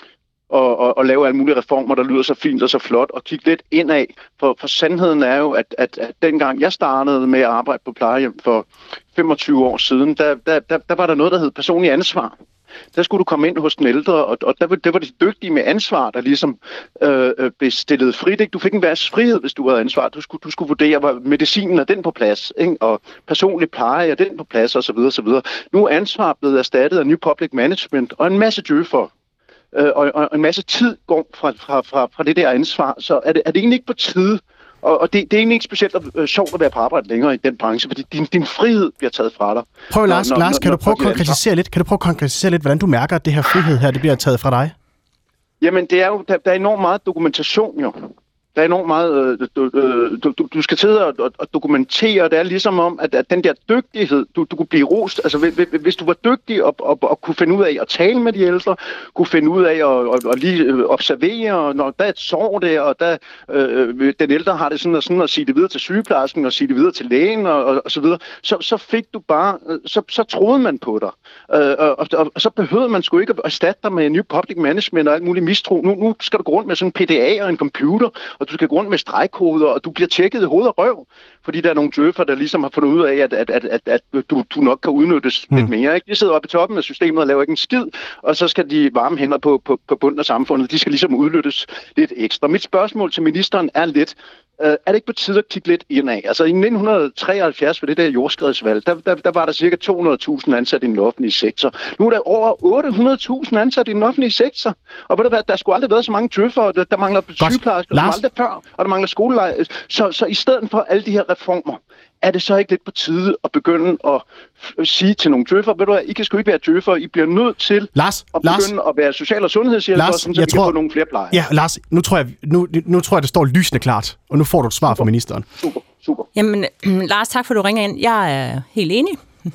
Speaker 6: Og, og, og lave alle mulige reformer, der lyder så fint og så flot, og kigge lidt indad. For, for sandheden er jo, at, at, at dengang jeg startede med at arbejde på plejehjem for femogtyve år siden, der, der, der, der var der noget, der hed personlig ansvar. Der skulle du komme ind hos den ældre, og, og der, der var de dygtige med ansvar, der ligesom øh, blev stillet frit. Ikke? Du fik en værts frihed, hvis du havde ansvar. Du skulle, du skulle vurdere, var medicinen er den på plads, ikke? Og personlig pleje er den på plads, osv. osv. Nu er ansvar blevet erstattet af New Public Management og en masse djøffer. Og, og en masse tid går fra, fra, fra, fra det der ansvar, så er det, er det egentlig ikke på tide, og, og det, det er egentlig ikke specielt uh, sjovt at være på arbejde længere i den branche, fordi din, din frihed bliver taget fra dig.
Speaker 2: Prøv, Lars, når, Lars når, kan når, du prøve at konkretisere lidt, kan du prøve at konkretisere lidt, hvordan du mærker, at det her frihed her, det bliver taget fra dig?
Speaker 6: Jamen, det er jo, der, der er enormt meget dokumentation jo. Der er enormt meget, øh, du, øh, du, du skal sidde og, og dokumentere, det er ligesom om, at, at den der dygtighed, du, du kunne blive rost, altså hvis du var dygtig og, og, og kunne finde ud af at tale med de ældre, kunne finde ud af at og, og lige observere, og når der er et sår der, og der, øh, den ældre har det sådan og sådan, og sige det videre til sygeplejersken, og sige det videre til lægen, og, og, og så videre, så, så fik du bare, så, så troede man på dig, øh, og, og, og så behøvede man sgu ikke at erstatte dig med New Public Management og alt muligt mistro. Nu, nu skal du gå rundt med sådan en P D A og en computer, og du skal gå rundt med stregkoder, og du bliver tjekket i hoved og røv, fordi der er nogle djøffer, der ligesom har fundet ud af, at, at, at, at, at du, du nok kan udnyttes mm. lidt mere. Ikke? De sidder oppe i toppen af systemet og laver ikke en skid, og så skal de varme hænder på, på, på bunden af samfundet. De skal ligesom udnyttes lidt ekstra. Mit spørgsmål til ministeren er lidt, Uh, er det ikke på tide at kigge lidt indad? Altså i nitten treoghalvfjerds ved det der jordskredsvalg, der, der, der var der cirka to hundrede tusind ansat i den offentlige sektor. Nu er der over otte hundrede tusind ansat i den offentlige sektor. Og ved du hvad, der skulle aldrig været så mange djøffere, der, der mangler sygeplejersker, som aldrig før, og der mangler skolelejer. Så, så i stedet for alle de her reformer, er det så ikke lidt på tide at begynde at sige til nogle djøffer, ved du hvad, I kan sgu ikke være djøffer, I bliver nødt til
Speaker 2: Lars,
Speaker 6: at begynde
Speaker 2: Lars,
Speaker 6: at være social- og sundhedshjælper, så vi tror, kan få nogle flere pleje.
Speaker 2: Ja, Lars, nu tror, jeg, nu, nu tror jeg, det står lysende klart, og nu får du et svar fra ministeren.
Speaker 6: Super, super.
Speaker 1: Jamen, Lars, tak for, at du ringer ind. Jeg er helt enig.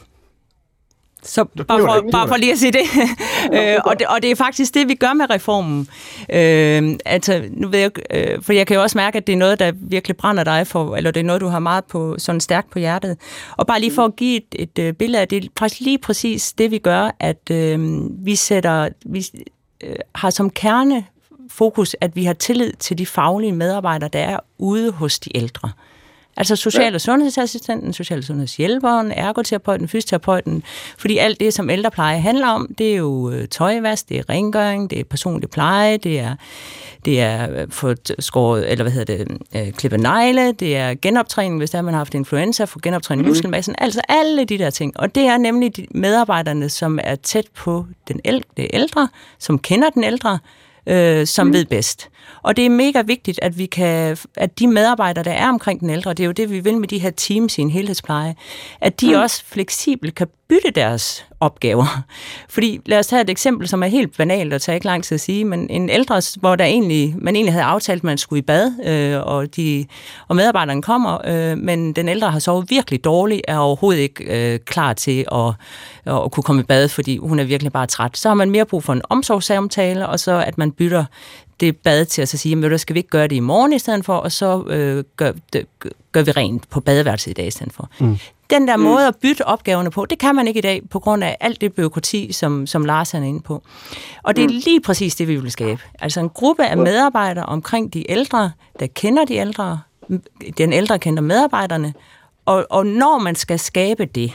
Speaker 1: Så bare for, bare for lige at sige det. øh, og det. Og det er faktisk det, vi gør med reformen. Øh, altså, nu ved jeg øh, for jeg kan jo også mærke, at det er noget, der virkelig brænder dig for, eller det er noget, du har meget på, sådan stærkt på hjertet. Og bare lige for at give et, et, et billede af det, er faktisk lige præcis det, vi gør, at øh, vi sætter, vi øh, har som kernefokus, at vi har tillid til de faglige medarbejdere, der er ude hos de ældre. Altså social- og sundhedsassistenten, social- og sundhedshjælperen, ergoterapeuten, fysioterapeuten, fordi alt det, som ældrepleje handler om, det er jo tøjvask, det er rengøring, det er personlig pleje, det er det er få skåret, eller hvad hedder det, øh, klippe negle, det er genoptræning, hvis der man har haft influenza, for genoptræning mm. muskelmassen, altså alle de der ting. Og det er nemlig de medarbejderne, som er tæt på den ældre, som kender den ældre, øh, som mm. ved bedst. Og det er mega vigtigt, at vi kan, at de medarbejdere, der er omkring den ældre, det er jo det, vi vil med de her teams i en helhedspleje, at de mm. også fleksibelt kan bytte deres opgaver. Fordi lad os tage et eksempel, som er helt banalt og tager ikke lang tid at sige, men en ældre, hvor der egentlig, man egentlig havde aftalt, at man skulle i bad, øh, og, de, og medarbejderne kommer, øh, men den ældre har sovet virkelig dårligt, er overhovedet ikke øh, klar til at, at kunne komme i bad, fordi hun er virkelig bare træt. Så har man mere brug for en omsorgssamtale, og så at man bytter det bad til at så sige, at skal vi ikke gøre det i morgen i stedet for, og så øh, gør, det, gør vi rent på badeværelset i dag i stedet for. Mm. Den der måde at bytte opgaverne på, det kan man ikke i dag, på grund af alt det bureaukrati, som, som Lars er inde på. Og det er lige præcis det, vi vil skabe. Altså en gruppe af medarbejdere omkring de ældre, der kender de ældre, den ældre kender medarbejderne, og, og når man skal skabe det,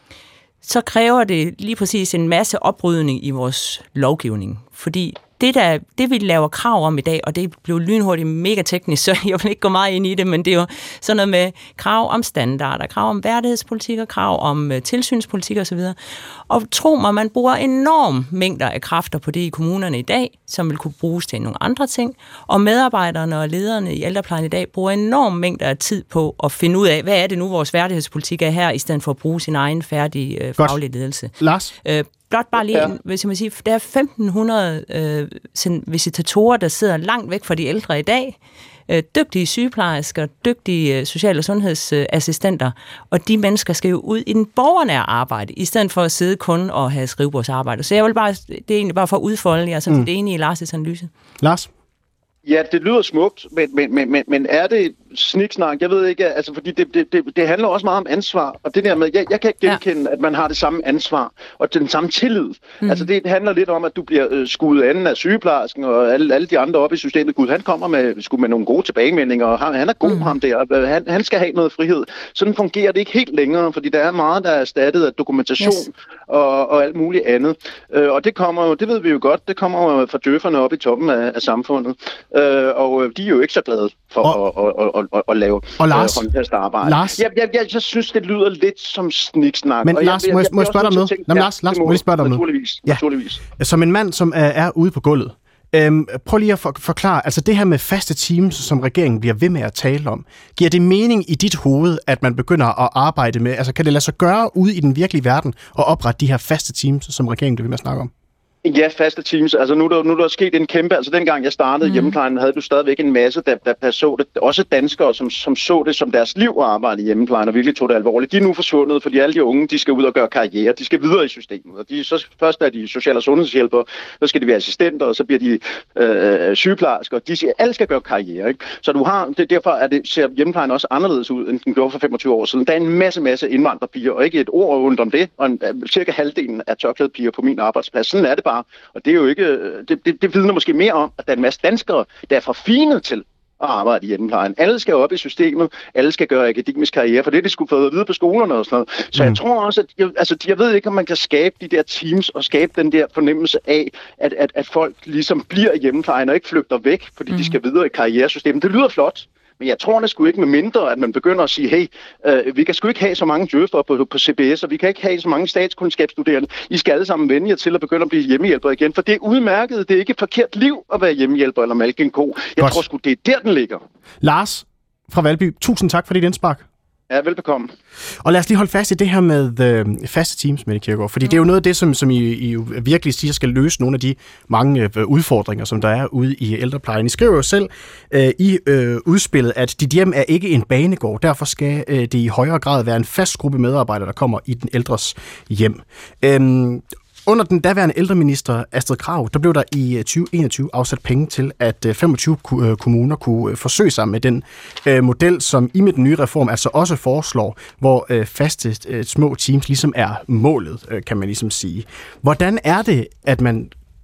Speaker 1: så kræver det lige præcis en masse oprydning i vores lovgivning, fordi Det, der, det, vi laver krav om i dag, og det blev lynhurtigt mega teknisk, så jeg vil ikke gå meget ind i det, men det er jo sådan noget med krav om standarder, krav om værdighedspolitikker, krav om uh, tilsynspolitik osv. Og tro mig, man bruger enorme mængder af kræfter på det i kommunerne i dag, som vil kunne bruges til nogle andre ting. Og medarbejderne og lederne i ældreplejen i dag bruger enorme mængder af tid på at finde ud af, hvad er det nu, vores værdighedspolitik er her, i stedet for at bruge sin egen færdige uh, faglige ledelse.
Speaker 2: Lars?
Speaker 1: Uh, Blot bare lige, ja. hvis jeg må sige, der er femten hundrede øh, visitatorer, der sidder langt væk fra de ældre i dag. Øh, dygtige sygeplejersker, dygtige øh, social- og sundhedsassistenter, og de mennesker skal jo ud i den borgernære arbejde, i stedet for at sidde kun og have skrivebordsarbejde. Så jeg vil bare, det er egentlig bare for at udfolde, jeg er sådan mm. det enige i Lars' analyse.
Speaker 2: Lars?
Speaker 6: Ja, det lyder smukt, men, men, men, men er det sniksnak? Jeg ved ikke, altså fordi det, det, det, det handler også meget om ansvar, og det der med, jeg, jeg kan ikke genkende, ja. at man har det samme ansvar, og den samme tillid. Mm. Altså det handler lidt om, at du bliver øh, skudt anden af sygeplejersken, og alle, alle de andre oppe i systemet. Gud, han kommer med, sgu med nogle gode tilbagemeldinger, og han, han er god mm. ham der, han, han skal have noget frihed. Sådan fungerer det ikke helt længere, fordi der er meget, der er erstattet af dokumentation yes. og, og alt muligt andet. Øh, og det kommer jo, det ved vi jo godt, det kommer jo fra djøfferne oppe i toppen af, af samfundet. Øh, og de er jo ikke så glade for og, at, at, at, at, at lave håndfast arbejde.
Speaker 2: Lars?
Speaker 6: Jeg, jeg, jeg, jeg synes, det lyder lidt som sniksnak.
Speaker 2: Men
Speaker 6: og
Speaker 2: Lars,
Speaker 6: jeg,
Speaker 2: må jeg,
Speaker 6: jeg,
Speaker 2: må jeg spørge dig om noget?
Speaker 6: Tænke,
Speaker 2: Nå,
Speaker 6: ja,
Speaker 2: Lars, Lars, må jeg spørge dig om noget?
Speaker 6: Naturligvis.
Speaker 2: Ja.
Speaker 6: naturligvis.
Speaker 2: Som en mand, som er, er ude på gulvet, øhm, prøv lige at for, forklare, altså det her med faste teams, som regeringen bliver ved med at tale om, giver det mening i dit hoved, at man begynder at arbejde med, altså kan det lade sig gøre ude i den virkelige verden, og oprette de her faste teams, som regeringen bliver ved med at snakke om?
Speaker 6: Ja, faste teams. Altså nu er der, nu er der sket en kæmpe... Altså dengang jeg startede mm. hjemmeplejen, havde du stadigvæk en masse, der, der, der så det. Også danskere, som, som så det som deres liv at arbejde i hjemmeplejen, og virkelig tog det alvorligt. De er nu forsvundet, fordi alle de unge, de skal ud og gøre karriere. De skal videre i systemet. Og de, så først er de social- og sundhedshjælpere, så skal de være assistenter, og så bliver de øh, sygeplejersker. De skal, alle skal gøre karriere, ikke? Så du har... Det, derfor er det, ser hjemmeplejen også anderledes ud, end den gjorde for femogtyve år siden. Der er en masse, masse indvandrerpiger, og ikke et ord rundt om det. Og en, cirka halvdelen af tørklædepiger på min arbejdsplads. Sådan er det bare. Og det er jo ikke, det, det, det vidner måske mere om, at der er en masse danskere, der er forfinet til at arbejde i hjemmeplejen. Alle skal op i systemet, alle skal gøre akademisk karriere, for det er de skulle få at vide på skolerne og sådan noget. Så mm. jeg tror også, at jeg, altså, jeg ved ikke, om man kan skabe de der teams og skabe den der fornemmelse af, at, at, at folk ligesom bliver i hjemmeplejen og ikke flygter væk, fordi mm. de skal videre i karrieresystemet. Det lyder flot. Men jeg tror det sgu ikke med mindre, at man begynder at sige, hey, øh, vi kan sgu ikke have så mange djøfere på, på C B S, og vi kan ikke have så mange statskundskabsstuderende. I skal alle sammen vende jer til at begynde at blive hjemmehjælpere igen, for det er udmærket. Det er ikke et forkert liv at være hjemmehjælper eller malke en ko. Jeg Godt. tror sgu, det er der, den ligger. Lars
Speaker 2: fra Valby, tusind tak for dit indspark.
Speaker 6: Ja, velbekomme.
Speaker 2: Og lad os lige holde fast i det her med øh, faste teams, Mette Kirkegaard, fordi mm. det er jo noget af det, som, som I, I virkelig siger skal løse nogle af de mange øh, udfordringer, som der er ude i ældreplejen. I skriver jo selv øh, i øh, udspillet, at dit hjem er ikke en banegård, derfor skal øh, det i højere grad være en fast gruppe medarbejdere, der kommer i den ældres hjem. Øhm, Under den daværende ældreminister Astrid Krag, der blev der i tyve enogtyve afsat penge til, at femogtyve kommuner kunne forsøge sig med den model, som I med den nye reform altså også foreslår, hvor faste små teams ligesom er målet, kan man ligesom sige. Hvordan er det, at man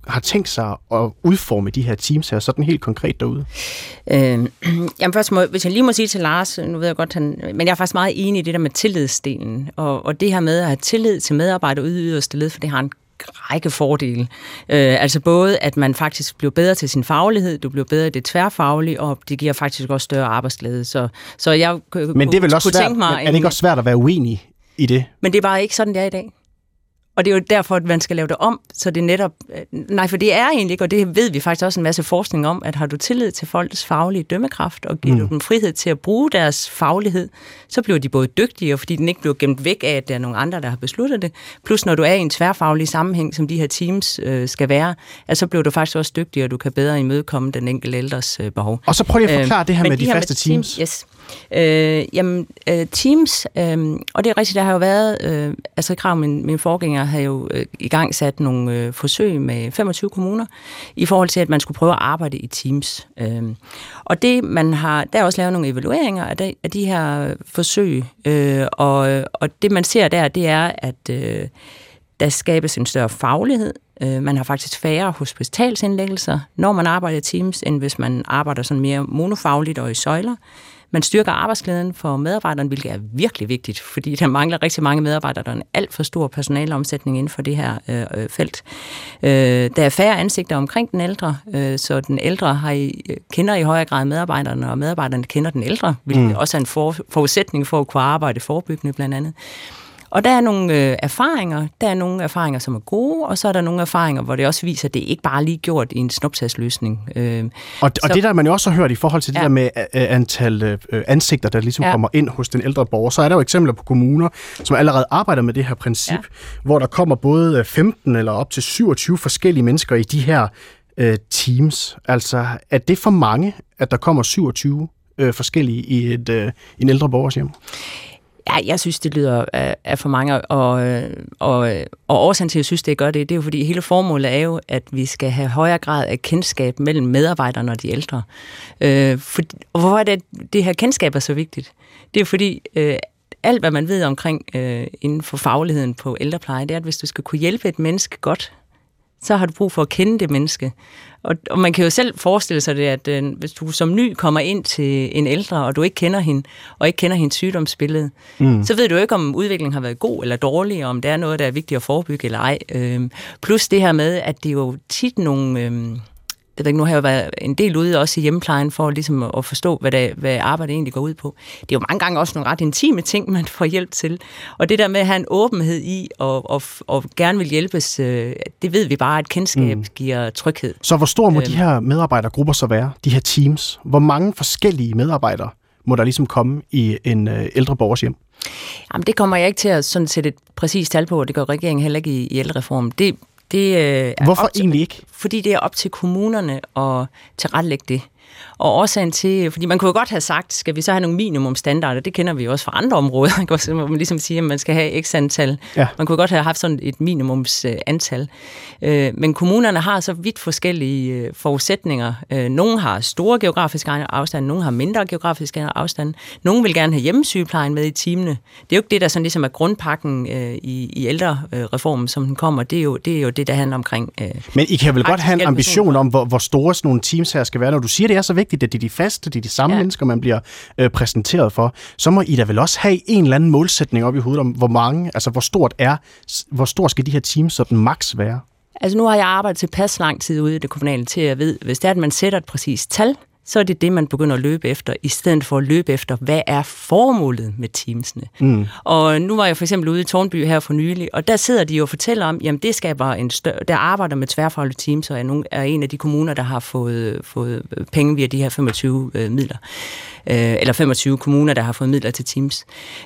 Speaker 2: har tænkt sig at udforme de her teams her, sådan helt konkret derude?
Speaker 1: Øh, jamen først må, hvis jeg lige må sige til Lars, nu ved jeg godt, han, men jeg er faktisk meget enig i det der med tillidsdelen, og, og det her med at have tillid til medarbejdere ude i yderste led, for det har en række fordele. Øh, altså både, at man faktisk bliver bedre til sin faglighed, du bliver bedre i det tværfaglige, og det giver faktisk også større arbejdsglæde. Så, så jeg
Speaker 2: men det er vel også svært, mig, er det ikke også svært at være uenig i det? Men
Speaker 1: det er bare ikke sådan, det er i dag. Og det er jo derfor, at man skal lave det om, så det er netop... Nej, for det er egentlig ikke, og det ved vi faktisk også en masse forskning om, at har du tillid til folks faglige dømmekraft, og giver mm. du dem frihed til at bruge deres faglighed, så bliver de både dygtigere, fordi den ikke bliver gemt væk af, at der er nogle andre, der har besluttet det. Plus når du er i en tværfaglig sammenhæng, som de her teams øh, skal være, at så bliver du faktisk også dygtigere, og du kan bedre imødekomme den enkelte ældres øh, behov.
Speaker 2: Og så prøv lige at forklare øh, det her med de, de faste med teams.
Speaker 1: teams. Yes. Øh, jamen, øh, Teams, øh, og det er rigtigt, der har jo været, øh, altså Krag, min, min forgænger, havde jo øh, i gang sat nogle øh, forsøg med femogtyve kommuner, i forhold til, at man skulle prøve at arbejde i Teams. Øh, og det, man har, der er også lavet nogle evalueringer af de, af de her forsøg, øh, og, og det, man ser der, det er, at øh, der skabes en større faglighed. Øh, man har faktisk færre hospitalsindlæggelser, når man arbejder i Teams, end hvis man arbejder sådan mere monofagligt og i søjler. Man styrker arbejdsglæden for medarbejderne, hvilket er virkelig vigtigt, fordi der mangler rigtig mange medarbejdere, der er en alt for stor personaleomsætning inden for det her øh, felt. Øh, der er færre ansigter omkring den ældre, øh, så den ældre har i, kender i højere grad medarbejderne, og medarbejderne kender den ældre, hvilket mm. også er en for, forudsætning for at kunne arbejde forebyggende blandt andet. Og der er nogle øh, erfaringer, der er nogle erfaringer, som er gode, og så er der nogle erfaringer, hvor det også viser, at det ikke bare er lige gjort i en snuptagsløsning. Øh,
Speaker 2: og, og det der man jo også har hørt i forhold til det ja. der med øh, antal øh, ansigter, der ligesom ja. kommer ind hos den ældre borger, så er der jo eksempler på kommuner, som allerede arbejder med det her princip, ja. hvor der kommer både femten eller op til syvogtyve forskellige mennesker i de her øh, teams. Altså, er det for mange, at der kommer syvogtyve øh, forskellige i, et, øh, i en ældre borgers hjem?
Speaker 1: Ja, jeg synes, det lyder af, af for mange, og, og, og årsagen til, at jeg synes, det gør det, det er jo fordi, hele formålet er jo, at vi skal have højere grad af kendskab mellem medarbejderne og de ældre. Øh, for, og hvorfor er det, det her kendskab er så vigtigt? Det er fordi, øh, alt hvad man ved omkring øh, inden for fagligheden på ældrepleje, det er, at hvis du skal kunne hjælpe et menneske godt, så har du brug for at kende det menneske. Og, og man kan jo selv forestille sig det, at øh, hvis du som ny kommer ind til en ældre, og du ikke kender hende, og ikke kender hendes sygdomsbillede, mm. så ved du ikke, om udviklingen har været god eller dårlig, og om det er noget, der er vigtigt at forebygge eller ej. Øh, plus det her med, at det er jo tit nogle... Øh, Jeg ved ikke, nu har jeg jo været en del ude også i hjemmeplejen for ligesom at forstå, hvad, det, hvad arbejdet egentlig går ud på. Det er jo mange gange også nogle ret intime ting, man får hjælp til. Og det der med at have en åbenhed i og, og, og gerne vil hjælpes, det ved vi bare, at kendskab mm. giver tryghed.
Speaker 2: Så hvor store må øhm. de her medarbejdergrupper så være, de her teams? Hvor mange forskellige medarbejdere må der ligesom komme i en ældre borgers hjem?
Speaker 1: Jamen, det kommer jeg ikke til at sådan sætte et præcist tal på, og det gør regeringen heller ikke i, i ældrereformen. Det Det, øh,
Speaker 2: Hvorfor
Speaker 1: til,
Speaker 2: egentlig ikke?
Speaker 1: Fordi det er op til kommunerne at tilrettelægge det. Og årsagen til, fordi man kunne jo godt have sagt, skal vi så have nogle minimumstandarder, det kender vi jo også fra andre områder, hvor man ligesom siger, at man skal have x antal. Ja. Man kunne godt have haft sådan et minimumsantal. Men kommunerne har så vidt forskellige forudsætninger. Nogle har store geografiske afstande, nogle har mindre geografiske afstande. Nogle vil gerne have hjemmesygeplejen med i teamene. Det er jo ikke det, der sådan ligesom er grundpakken i, i ældrereformen, som den kommer. Det er, jo, det er jo det, der handler omkring.
Speaker 2: Men I kan vel godt have en ambition om, hvor, hvor store sådan nogle teams her skal være, når du siger, det er så vigtigt, at det er de faste, det er de samme ja. mennesker, man bliver øh, præsenteret for, så må I da vel også have en eller anden målsætning op i hovedet om, hvor mange, altså hvor stort er, hvor stor skal de her teams sådan maks være?
Speaker 1: Altså nu har jeg arbejdet tilpas lang tid ude i det kommunale til at vide, hvis det er, at man sætter et præcist tal, så er det det, man begynder at løbe efter, i stedet for at løbe efter, hvad er formålet med teamsene. Mm. Og nu var jeg for eksempel ude i Tårnby her for nylig, og der sidder de jo og fortæller om, jamen det skaber en større, der arbejder med tværfaglige teams, og er, nogle, er en af de kommuner, der har fået, fået penge via de her femogtyve øh, midler. Eller femogtyve kommuner, der har fået midler til teams.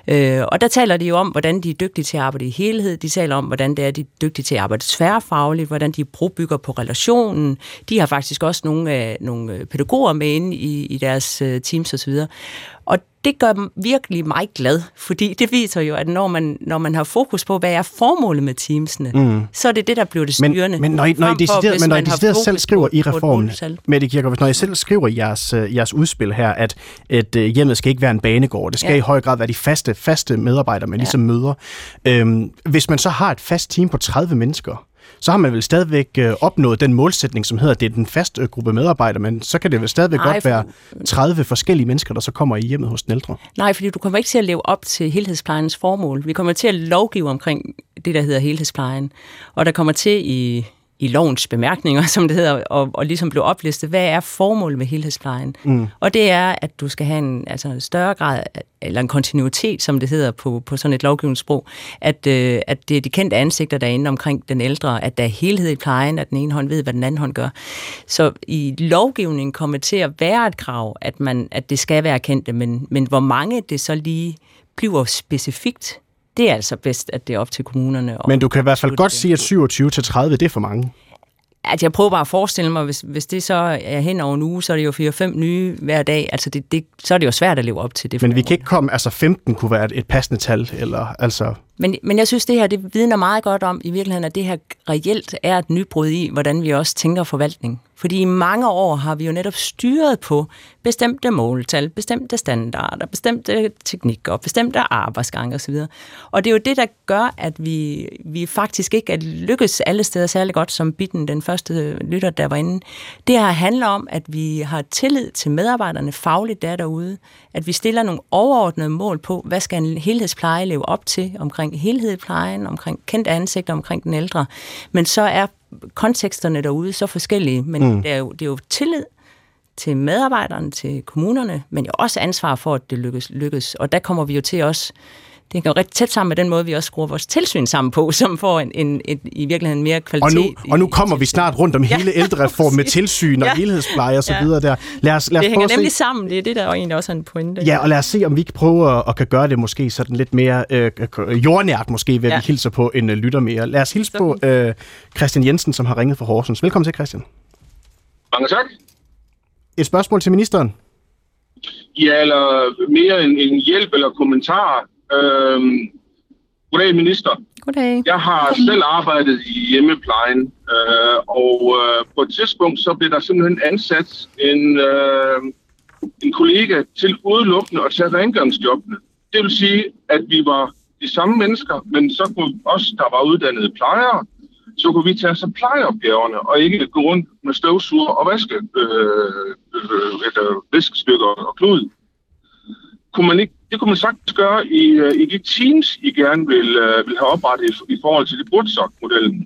Speaker 1: Og der taler de jo om, hvordan de er dygtige til at arbejde i helhed. De taler om, hvordan det er, de er dygtige til at arbejde tværfagligt, hvordan de brobygger på relationen. De har faktisk også nogle, nogle pædagoger med inde i, i deres teams osv. Og det gør dem virkelig meget glad, fordi det viser jo, at når man, når man har fokus på, hvad er formålet med teamsene, mm. så er det det, der bliver det styrende.
Speaker 2: Men, men når I, når I decideret, men når I decideret selv skriver i reformen, Mette Kirchhoff, når I selv skriver i jeres, jeres udspil her, at, at hjemmet skal ikke være en banegård, det skal ja. i høj grad være de faste, faste medarbejdere, man ligesom ja. møder. Øhm, hvis man så har et fast team på tredive mennesker, så har man vel stadigvæk øh, opnået den målsætning, som hedder, at det er den faste gruppe medarbejdere, men så kan det vel stadigvæk Nej, godt være tredive forskellige mennesker, der så kommer i hjemmet hos den ældre.
Speaker 1: Nej, fordi du kommer ikke til at leve op til helhedsplejens formål. Vi kommer til at lovgive omkring det, der hedder helhedsplejen, og der kommer til i i lovens bemærkninger, som det hedder, og, og ligesom blev oplistet, hvad er formålet med helhedsplejen? Mm. Og det er, at du skal have en, altså en større grad, eller en kontinuitet, som det hedder på, på sådan et lovgivningssprog, at, øh, at det er de kendte ansigter, der er inde omkring den ældre, at der er helhed i plejen, at den ene hånd ved, hvad den anden hånd gør. Så i lovgivningen kommer til at være et krav, at, man, at det skal være kendte, men, men hvor mange det så lige bliver specifikt, det er altså bedst, at det er op til kommunerne.
Speaker 2: Men du kan i hvert fald godt sige, at syvogtyve til tredive, det er for mange.
Speaker 1: Altså, jeg prøver bare at forestille mig, hvis, hvis det så er hen over en uge, så er det jo fire fem nye hver dag. Altså, det, det, så er det jo svært at leve op til det.
Speaker 2: Men vi kan ikke komme, altså femten kunne være et, et passende tal, eller altså...
Speaker 1: Men, men jeg synes, det her, det vidner meget godt om, i virkeligheden, at det her reelt er et nybrud i, hvordan vi også tænker forvaltning. Fordi i mange år har vi jo netop styret på bestemte måltal, bestemte standarder, bestemte teknikker, bestemte arbejdsgange osv. Og det er jo det, der gør, at vi, vi faktisk ikke er lykkes alle steder særlig godt, som Bitten, den første lytter, der var inde. Det her handler om, at vi har tillid til medarbejderne fagligt der derude, at vi stiller nogle overordnede mål på, hvad skal en helhedspleje leve op til omkring helhed i plejen, omkring kendte ansigter, omkring den ældre. Men så er konteksterne derude så forskellige, men mm. det, er jo, det er jo tillid til medarbejderne, til kommunerne, men jo også ansvar for, at det lykkes. lykkes. Og der kommer vi jo til også, det går rigtig tæt sammen med den måde, vi også skruer vores tilsyn sammen på, som får en, en, en, i virkeligheden mere kvalitet.
Speaker 2: Og nu, og nu kommer vi snart rundt om hele ja. ældrereform med tilsyn og ja. helhedspleje og så videre der. Lad os, lad os
Speaker 1: det hænger nemlig
Speaker 2: se.
Speaker 1: sammen, det er det, der er egentlig også er en pointe.
Speaker 2: Ja, og lad os se, om vi ikke prøver at kan gøre det måske sådan lidt mere øh, jordnært måske, ved at ja. vi hilser på en uh, lytter mere. Lad os hilse på øh, Christian Jensen, som har ringet fra Horsens. Velkommen til, Christian.
Speaker 7: Mange tak.
Speaker 2: Et spørgsmål til ministeren?
Speaker 7: Ja, eller mere en, en hjælp eller kommentar. Øhm, goddag, minister.
Speaker 1: Goddag.
Speaker 7: Jeg har selv arbejdet i hjemmeplejen, øh, og øh, på et tidspunkt så blev der simpelthen ansat en, øh, en kollega til udelukkende at tage rengøringsjobbene. Det vil sige, at vi var de samme mennesker, men så kunne os, der var uddannede plejere, så kunne vi tage så plejeopgaverne, og ikke gå rundt med støvsuger og vaske, øh, øh, eller viskestykker og klud. Kunne man ikke, det kunne man sagtens gøre i, i de teams, I gerne vil, uh, vil have oprettet i, i forhold til Buurtzorg-modellen.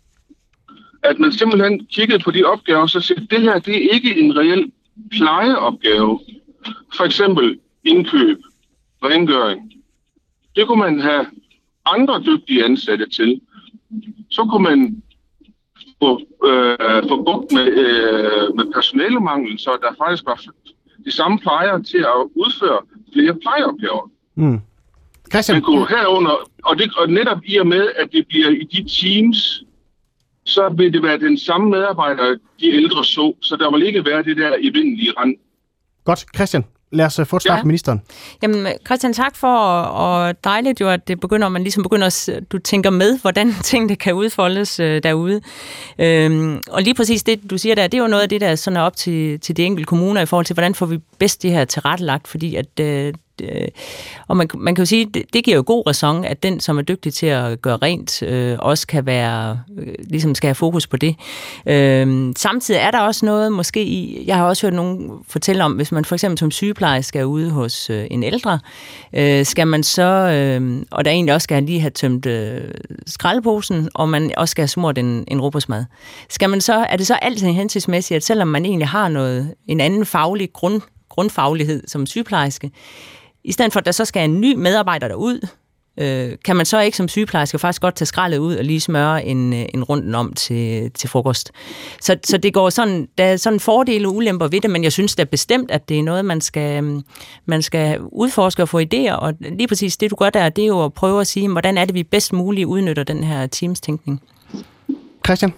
Speaker 7: At man simpelthen kiggede på de opgaver, så siger, at det her det er ikke en reel plejeopgave. For eksempel indkøb, rengøring. Det kunne man have andre dygtige ansatte til. Så kunne man få, øh, få bugt med, øh, med personalemangel, så der faktisk var de samme plejere til at udføre flere plejeopgaver. Mm.
Speaker 2: Christian?
Speaker 7: Man kunne herunder, og, det, og netop i og med, at det bliver i de teams, så vil det være den samme medarbejder, de ældre så, så der vil ikke være det der evindelige rand.
Speaker 2: Godt. Christian, lad os få et svar
Speaker 1: ja.
Speaker 2: fra ministeren.
Speaker 1: Jamen, Christian, tak for, og dejligt jo, at det begynder, man ligesom begynder at, du tænker med, hvordan tingene kan udfoldes øh, derude. Øhm, og lige præcis det, du siger der, det er jo noget af det, der sådan er op til, til de enkelte kommuner i forhold til, hvordan får vi bedst det her tilrettelagt, fordi at øh, Øh, og man, man kan jo sige, det, det giver jo god ræson, at den, som er dygtig til at gøre rent, øh, også kan være, øh, ligesom skal have fokus på det. Øh, samtidig er der også noget, måske i, jeg har også hørt nogen fortælle om, hvis man for eksempel som sygeplejerske er ude hos øh, en ældre, øh, skal man så, øh, og der egentlig også skal lige have tømt øh, skraldeposen, og man også skal have smurt en, en robotsmad. Skal man så, er det så altid hensigtsmæssigt, at selvom man egentlig har noget, en anden faglig grund, grundfaglighed som sygeplejerske, i stedet for, at der så skal en ny medarbejder derud, øh, kan man så ikke som sygeplejerske faktisk godt tage skraldet ud og lige smøre en, en runden om til, til frokost. Så, så det går sådan, der er sådan fordele og ulemper ved det, men jeg synes da bestemt, at det er noget, man skal, man skal udforske og få idéer, og lige præcis det, du gør der, det er jo at prøve at sige, hvordan er det, vi bedst muligt udnytter den her teamstænkning.
Speaker 2: Christian?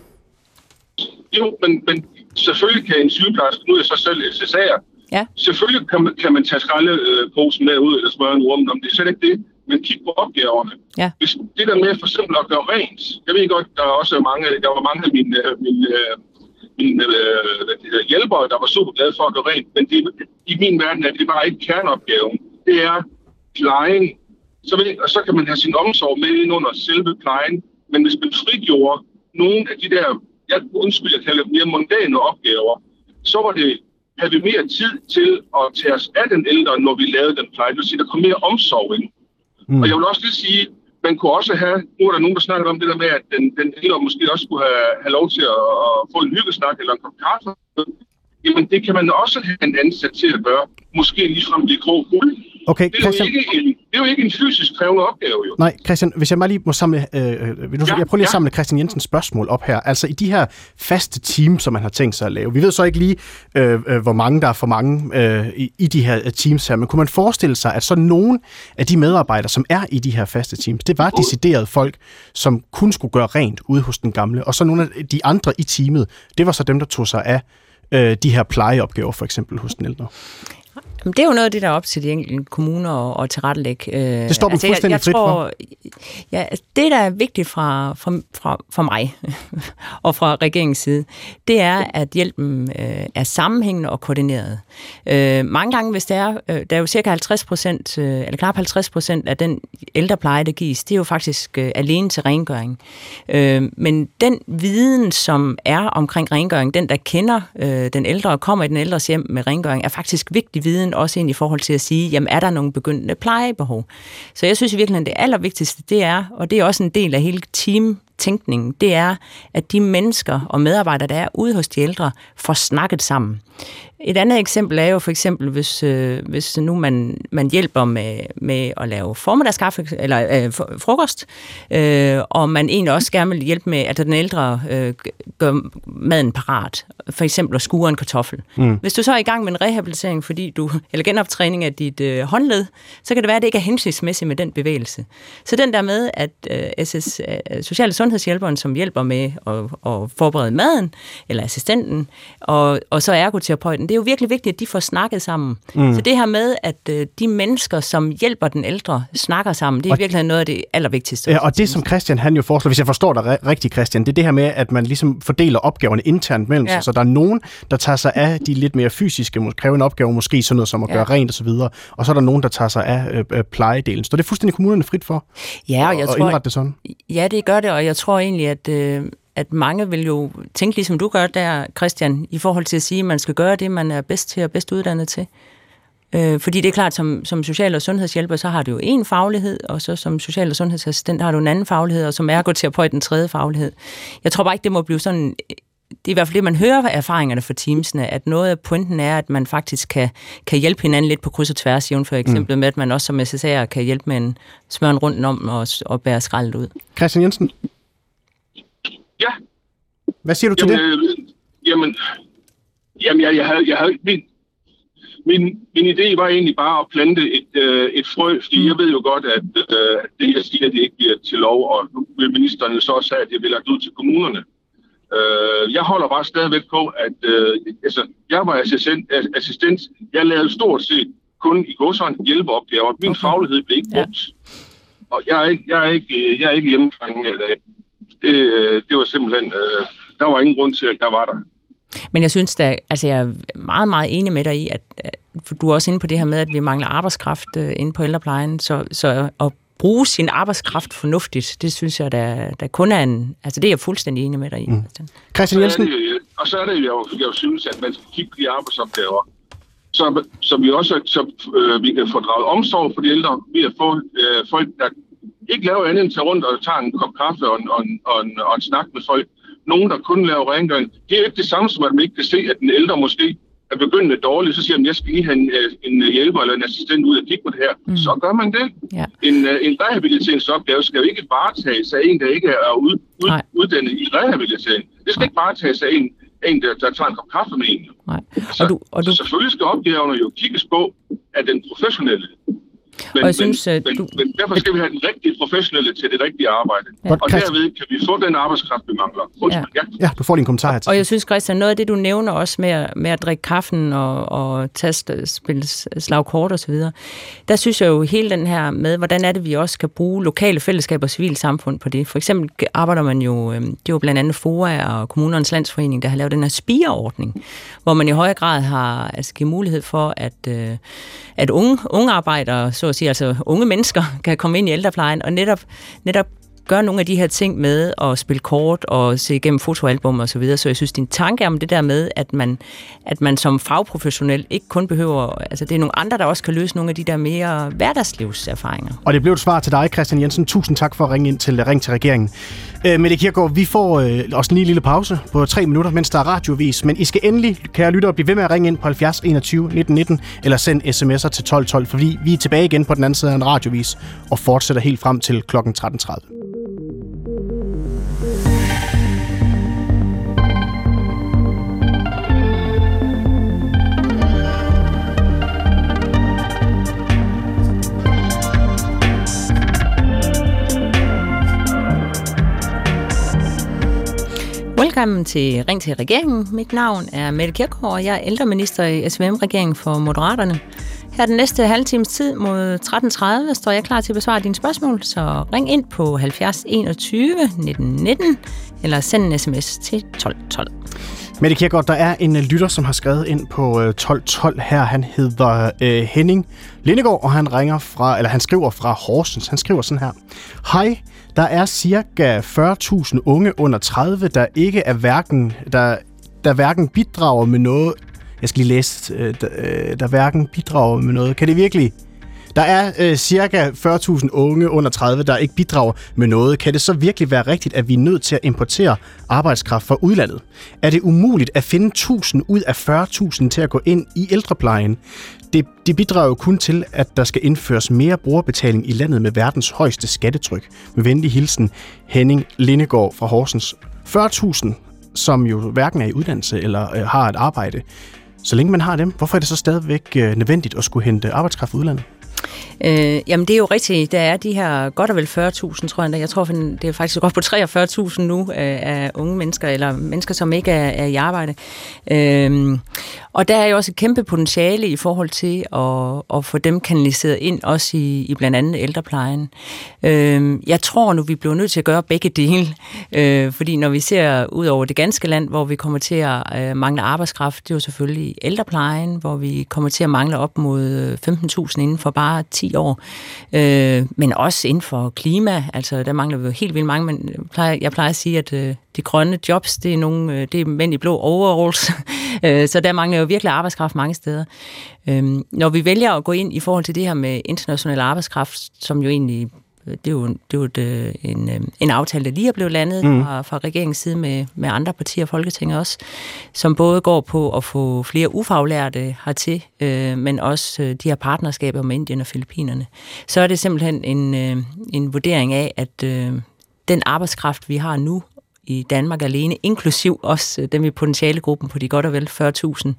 Speaker 7: Jo, men, men selvfølgelig kan en sygeplejerske ud af sig selv S S A'er.
Speaker 1: Ja.
Speaker 7: Selvfølgelig kan man, kan man tage skraldeposen med ud eller smøre en rum, om det er slet ikke det, men kig på opgaverne.
Speaker 1: Ja.
Speaker 7: Hvis det der med for eksempel at gøre rent, jeg ved godt, der er også mange, der var mange af mine, mine, mine øh, hjælpere, der var super glade for at gøre rent, men det, i min verden er det bare ikke kerneopgaven. Det er plejen. Så, ved, og så kan man have sin omsorg med ind under selve plejen, men hvis man frigjorde nogle af de der, jeg undskyld, jeg kalder mere mondane opgaver, så var det, havde vi mere tid til at tage os af den ældre, når vi lavede den pleje. Det vil sige, der kom mere omsorg ind. Mm. Og jeg vil også lige sige, man kunne også have, nu er der nogen, der snakker om det der med, at den, den ældre måske også skulle have, have lov til at, at få en hyggesnak eller en kop kaffe. Jamen, det kan man også have en ansat til at gøre. Måske ligefrem blive grå hul.
Speaker 2: Okay,
Speaker 7: det, er
Speaker 2: Christian...
Speaker 7: ikke en, det er jo ikke en fysisk krævende opgave, jo.
Speaker 2: Nej, Christian, hvis jeg bare lige må samle... Øh, nu, ja, jeg prøver lige at ja. samle Christian Jensens spørgsmål op her. Altså i de her faste teams, som man har tænkt sig at lave. Vi ved så ikke lige, øh, hvor mange der er for mange øh, i, i de her teams her, men kunne man forestille sig, at så nogle af de medarbejdere, som er i de her faste teams, det var deciderede folk, som kun skulle gøre rent ude hos den gamle, og så nogle af de andre i teamet, det var så dem, der tog sig af øh, de her plejeopgaver, for eksempel hos den ældre.
Speaker 1: Det er jo noget af det, der er op til de enkelte kommuner at tilrettelægge.
Speaker 2: Det står dem altså, fuldstændig jeg, jeg frit tror, for.
Speaker 1: Ja, det, der er vigtigt fra, fra, fra, fra mig og fra regeringens side, det er, at hjælpen øh, er sammenhængende og koordineret. Øh, mange gange, hvis det er, øh, der er jo cirka halvtreds procent, øh, eller knap halvtreds procent af den ældrepleje, der gives, det er jo faktisk øh, alene til rengøring. Øh, men den viden, som er omkring rengøring, den, der kender øh, den ældre og kommer i den ældres hjem med rengøring, er faktisk vigtig viden også ind i forhold til at sige, jamen er der nogle begyndende plejebehov? Så jeg synes i virkeligheden, det allervigtigste, det er, og det er også en del af hele teamtænkningen, det er, at de mennesker og medarbejdere, der er ude hos de ældre, får snakket sammen. Et andet eksempel er jo for eksempel, hvis, øh, hvis nu man, man hjælper med, med at lave formiddagskaffe, eller øh, frokost, øh, og man egentlig også gerne vil hjælpe med, at den ældre øh, gør maden parat, for eksempel at skure en kartoffel. Mm. Hvis du så er i gang med en rehabilitering, fordi du, eller genoptræning af dit øh, håndled, så kan det være, at det ikke er hensigtsmæssigt med den bevægelse. Så den der med, at øh, S S, øh, social- og sundhedshjælperen, som hjælper med at, at forberede maden, eller assistenten, og, og så ergoterapeuten, det er jo virkelig vigtigt, at de får snakket sammen. Mm. Så det her med, at øh, de mennesker, som hjælper den ældre, snakker sammen, det er og virkelig noget af det allervigtigste.
Speaker 2: Ja, og det, som Christian han jo foreslår, hvis jeg forstår dig rigtigt, Christian, det er det her med, at man ligesom fordeler opgaverne internt mellem ja. sig, så der er nogen, der tager sig af de lidt mere fysiske, krævende opgaver, måske sådan noget som at gøre ja. rent og så videre, og så er der nogen, der tager sig af øh, plejedelen. Så det er fuldstændig kommunerne frit for
Speaker 1: ja, og jeg
Speaker 2: at
Speaker 1: tror,
Speaker 2: indrette det sådan?
Speaker 1: Ja, det gør det, og jeg tror egentlig, at øh, at mange vil jo tænke, ligesom du gør der, Christian, i forhold til at sige, at man skal gøre det, man er bedst til og bedst uddannet til. Øh, fordi det er klart, som, som social- og sundhedshjælper, så har du jo en faglighed, og så som social- og sundhedsassistent har du en anden faglighed, og som ergoterapeut den tredje faglighed. Jeg tror bare ikke, det må blive sådan... Det er i hvert fald det, man hører af erfaringerne fra teamsene, at noget af pointen er, at man faktisk kan, kan hjælpe hinanden lidt på kryds og tværs, jævnfør eksemplet mm. med, at man også som S S A'er kan hjælpe med en smøren rundt om og, og bære skraldet ud.
Speaker 2: Christian Jensen?
Speaker 7: Ja.
Speaker 2: Hvad siger du til
Speaker 7: jamen,
Speaker 2: det?
Speaker 7: Øh, jamen, jamen jeg, jeg havde, jeg havde min, min, min idé var egentlig bare at plante et, øh, et frø, fordi mm. jeg ved jo godt, at, øh, at det, jeg siger, det ikke bliver til lov, og nu vil ministeren så også have, at det bliver lagt ud til kommunerne. Øh, jeg holder bare stadigvæk på, at øh, altså, jeg var assistent, assistent, jeg lavede stort set kun i godsøjne hjælpeopgaver. Min okay. faglighed blev ikke brugt. Ja. Og jeg er ikke, jeg er ikke, jeg er ikke hjemmefangende i dag. Det, det var simpelthen, øh, der var ingen grund til, at jeg var der.
Speaker 1: Men jeg synes da, altså jeg er meget, meget enig med dig i, at, at du er også inde på det her med, at vi mangler arbejdskraft øh, inde på ældreplejen, så, så at bruge sin arbejdskraft fornuftigt, det synes jeg, der, der kun er en, altså det er jeg fuldstændig enig med dig i. Mm.
Speaker 2: Christian Jensen?
Speaker 7: Så det, og så er det jo, jeg jo synes, at man skal kigge på de arbejdsopgaver, så, så vi også så, øh, vi kan få draget omsorg for de ældre, ved at få øh, folk, der ikke laver andet end at tage rundt og tage en kop kaffe og en, og, en, og, en, og en snak med folk. Nogen, der kun laver rengøring. Det er ikke det samme, som at man ikke kan se, at den ældre måske er begyndende dårlig. Så siger man, jeg skal lige have en, en hjælper eller en assistent ud og kigge på det her. Mm. Så gør man det.
Speaker 1: Ja.
Speaker 7: En, en rehabiliteringsopgave skal jo ikke varetages af en, der ikke er ud, ud, uddannet i rehabilitering. Det skal Nej. ikke varetages af en, en der, der tager en kop kaffe med en.
Speaker 1: Nej.
Speaker 7: Så, og du, og du... så selvfølgelig skal opgaverne jo kigges på af den professionelle. Men,
Speaker 1: og jeg synes,
Speaker 7: men,
Speaker 1: du...
Speaker 7: men, men derfor skal vi have den rigtige professionelle til det rigtige arbejde. Ja. Og derved kan vi få den arbejdskraft, vi mangler.
Speaker 2: Ja. Ja. ja, du får din kommentar her til.
Speaker 1: Og jeg synes, Christian, noget af det, du nævner også med, med at drikke kaffen og, og taste, spille slagkort og så videre, der synes jeg jo hele den her med, hvordan er det, vi også kan bruge lokale fællesskaber og civilsamfund på det. For eksempel arbejder man jo, det er jo blandt andet FOA og Kommunernes Landsforening, der har lavet den her spireordning, hvor man i højere grad har altså, givet mulighed for, at, at unge, unge arbejdere, så at sige, altså unge mennesker, kan komme ind i ældreplejen og netop, netop gøre nogle af de her ting med at spille kort og se igennem fotoalbum og så videre. Så jeg synes, din tanke om det der med, at man, at man som fagprofessionel ikke kun behøver... Altså, det er nogle andre, der også kan løse nogle af de der mere hverdagslivserfaringer.
Speaker 2: Og det blev et svar til dig, Kristian Jensen. Tusind tak for at ringe ind til Ring til Regeringen. Øh, Mette Kirkegaard, vi får øh, også lige en lille pause på tre minutter, mens der er radiovis. Men I skal endelig, kære lyttere, blive ved med at ringe ind på halvfjerds enogtyve nitten nitten eller send sms'er til tolv tolv, fordi vi er tilbage igen på den anden side af en radiovis og fortsætter helt frem til klokken tretten tredive.
Speaker 1: Velkommen til Ring til Regeringen. Mit navn er Mette Kirkegaard, og jeg er ældreminister i S V M-regeringen for Moderaterne. Her den næste halve times tid mod tretten tredive står jeg klar til at besvare dine spørgsmål, så ring ind på halvfjerds enogtyve nitten nitten eller send en sms til tolv tolv.
Speaker 2: Mette Kirkegaard, der er en lytter, som har skrevet ind på tolv tolv her. Han hedder øh, Henning Lindegaard, og han ringer fra, eller han skriver fra Horsens. Han skriver sådan her: Hej, der er cirka fyrre tusind unge under tredive, der ikke er hverken, der, der hverken bidrager med noget. Jeg skal lige læse, øh, der, øh, der hverken bidrager med noget. Kan det virkelig? Der er øh, cirka fyrre tusind unge under tredive, der ikke bidrager med noget. Kan det så virkelig være rigtigt, at vi er nødt til at importere arbejdskraft fra udlandet? Er det umuligt at finde tusind ud af fyrre tusind til at gå ind i ældreplejen? Det, det bidrager jo kun til, at der skal indføres mere brugerbetaling i landet med verdens højeste skattetryk. Med venlig hilsen, Henning Lindegaard fra Horsens. fyrre tusind, som jo hverken er i uddannelse eller øh, har et arbejde. Så længe man har dem, hvorfor er det så stadigvæk øh, nødvendigt at skulle hente arbejdskraft fra udlandet?
Speaker 1: Øh, jamen det er jo rigtigt. Der er de her godt og vel fyrre tusind, tror jeg. Jeg tror, det er faktisk godt på treogfyrre tusind nu af, af unge mennesker, eller mennesker, som ikke er, er i arbejde. Øh, og der er jo også et kæmpe potentiale i forhold til at, at få dem kanaliseret ind, også i, i blandt andet ældreplejen. Øh, jeg tror nu, vi bliver nødt til at gøre begge dele, øh, fordi når vi ser ud over det ganske land, hvor vi kommer til at øh, mangle arbejdskraft, det er jo selvfølgelig ældreplejen, hvor vi kommer til at mangle op mod femten tusind inden for bare ti år, øh, men også inden for klima. Altså, der mangler vi jo helt vildt mange, men jeg plejer, jeg plejer at sige, at øh, de grønne jobs, det er, nogle, øh, det er mænd i blå overalls, øh, så der mangler jo virkelig arbejdskraft mange steder. Øh, når vi vælger at gå ind i forhold til det her med international arbejdskraft, som jo egentlig det er jo, det er jo et, en, en aftale, der lige er blevet landet mm. fra, fra regeringens side med, med andre partier og Folketinget også, som både går på at få flere ufaglærte hertil, øh, men også øh, de her partnerskaber med Indien og Filippinerne. Så er det simpelthen en, øh, en vurdering af, at øh, den arbejdskraft, vi har nu i Danmark alene, inklusiv også dem i potentialegruppen på de godt og vel fyrre tusind,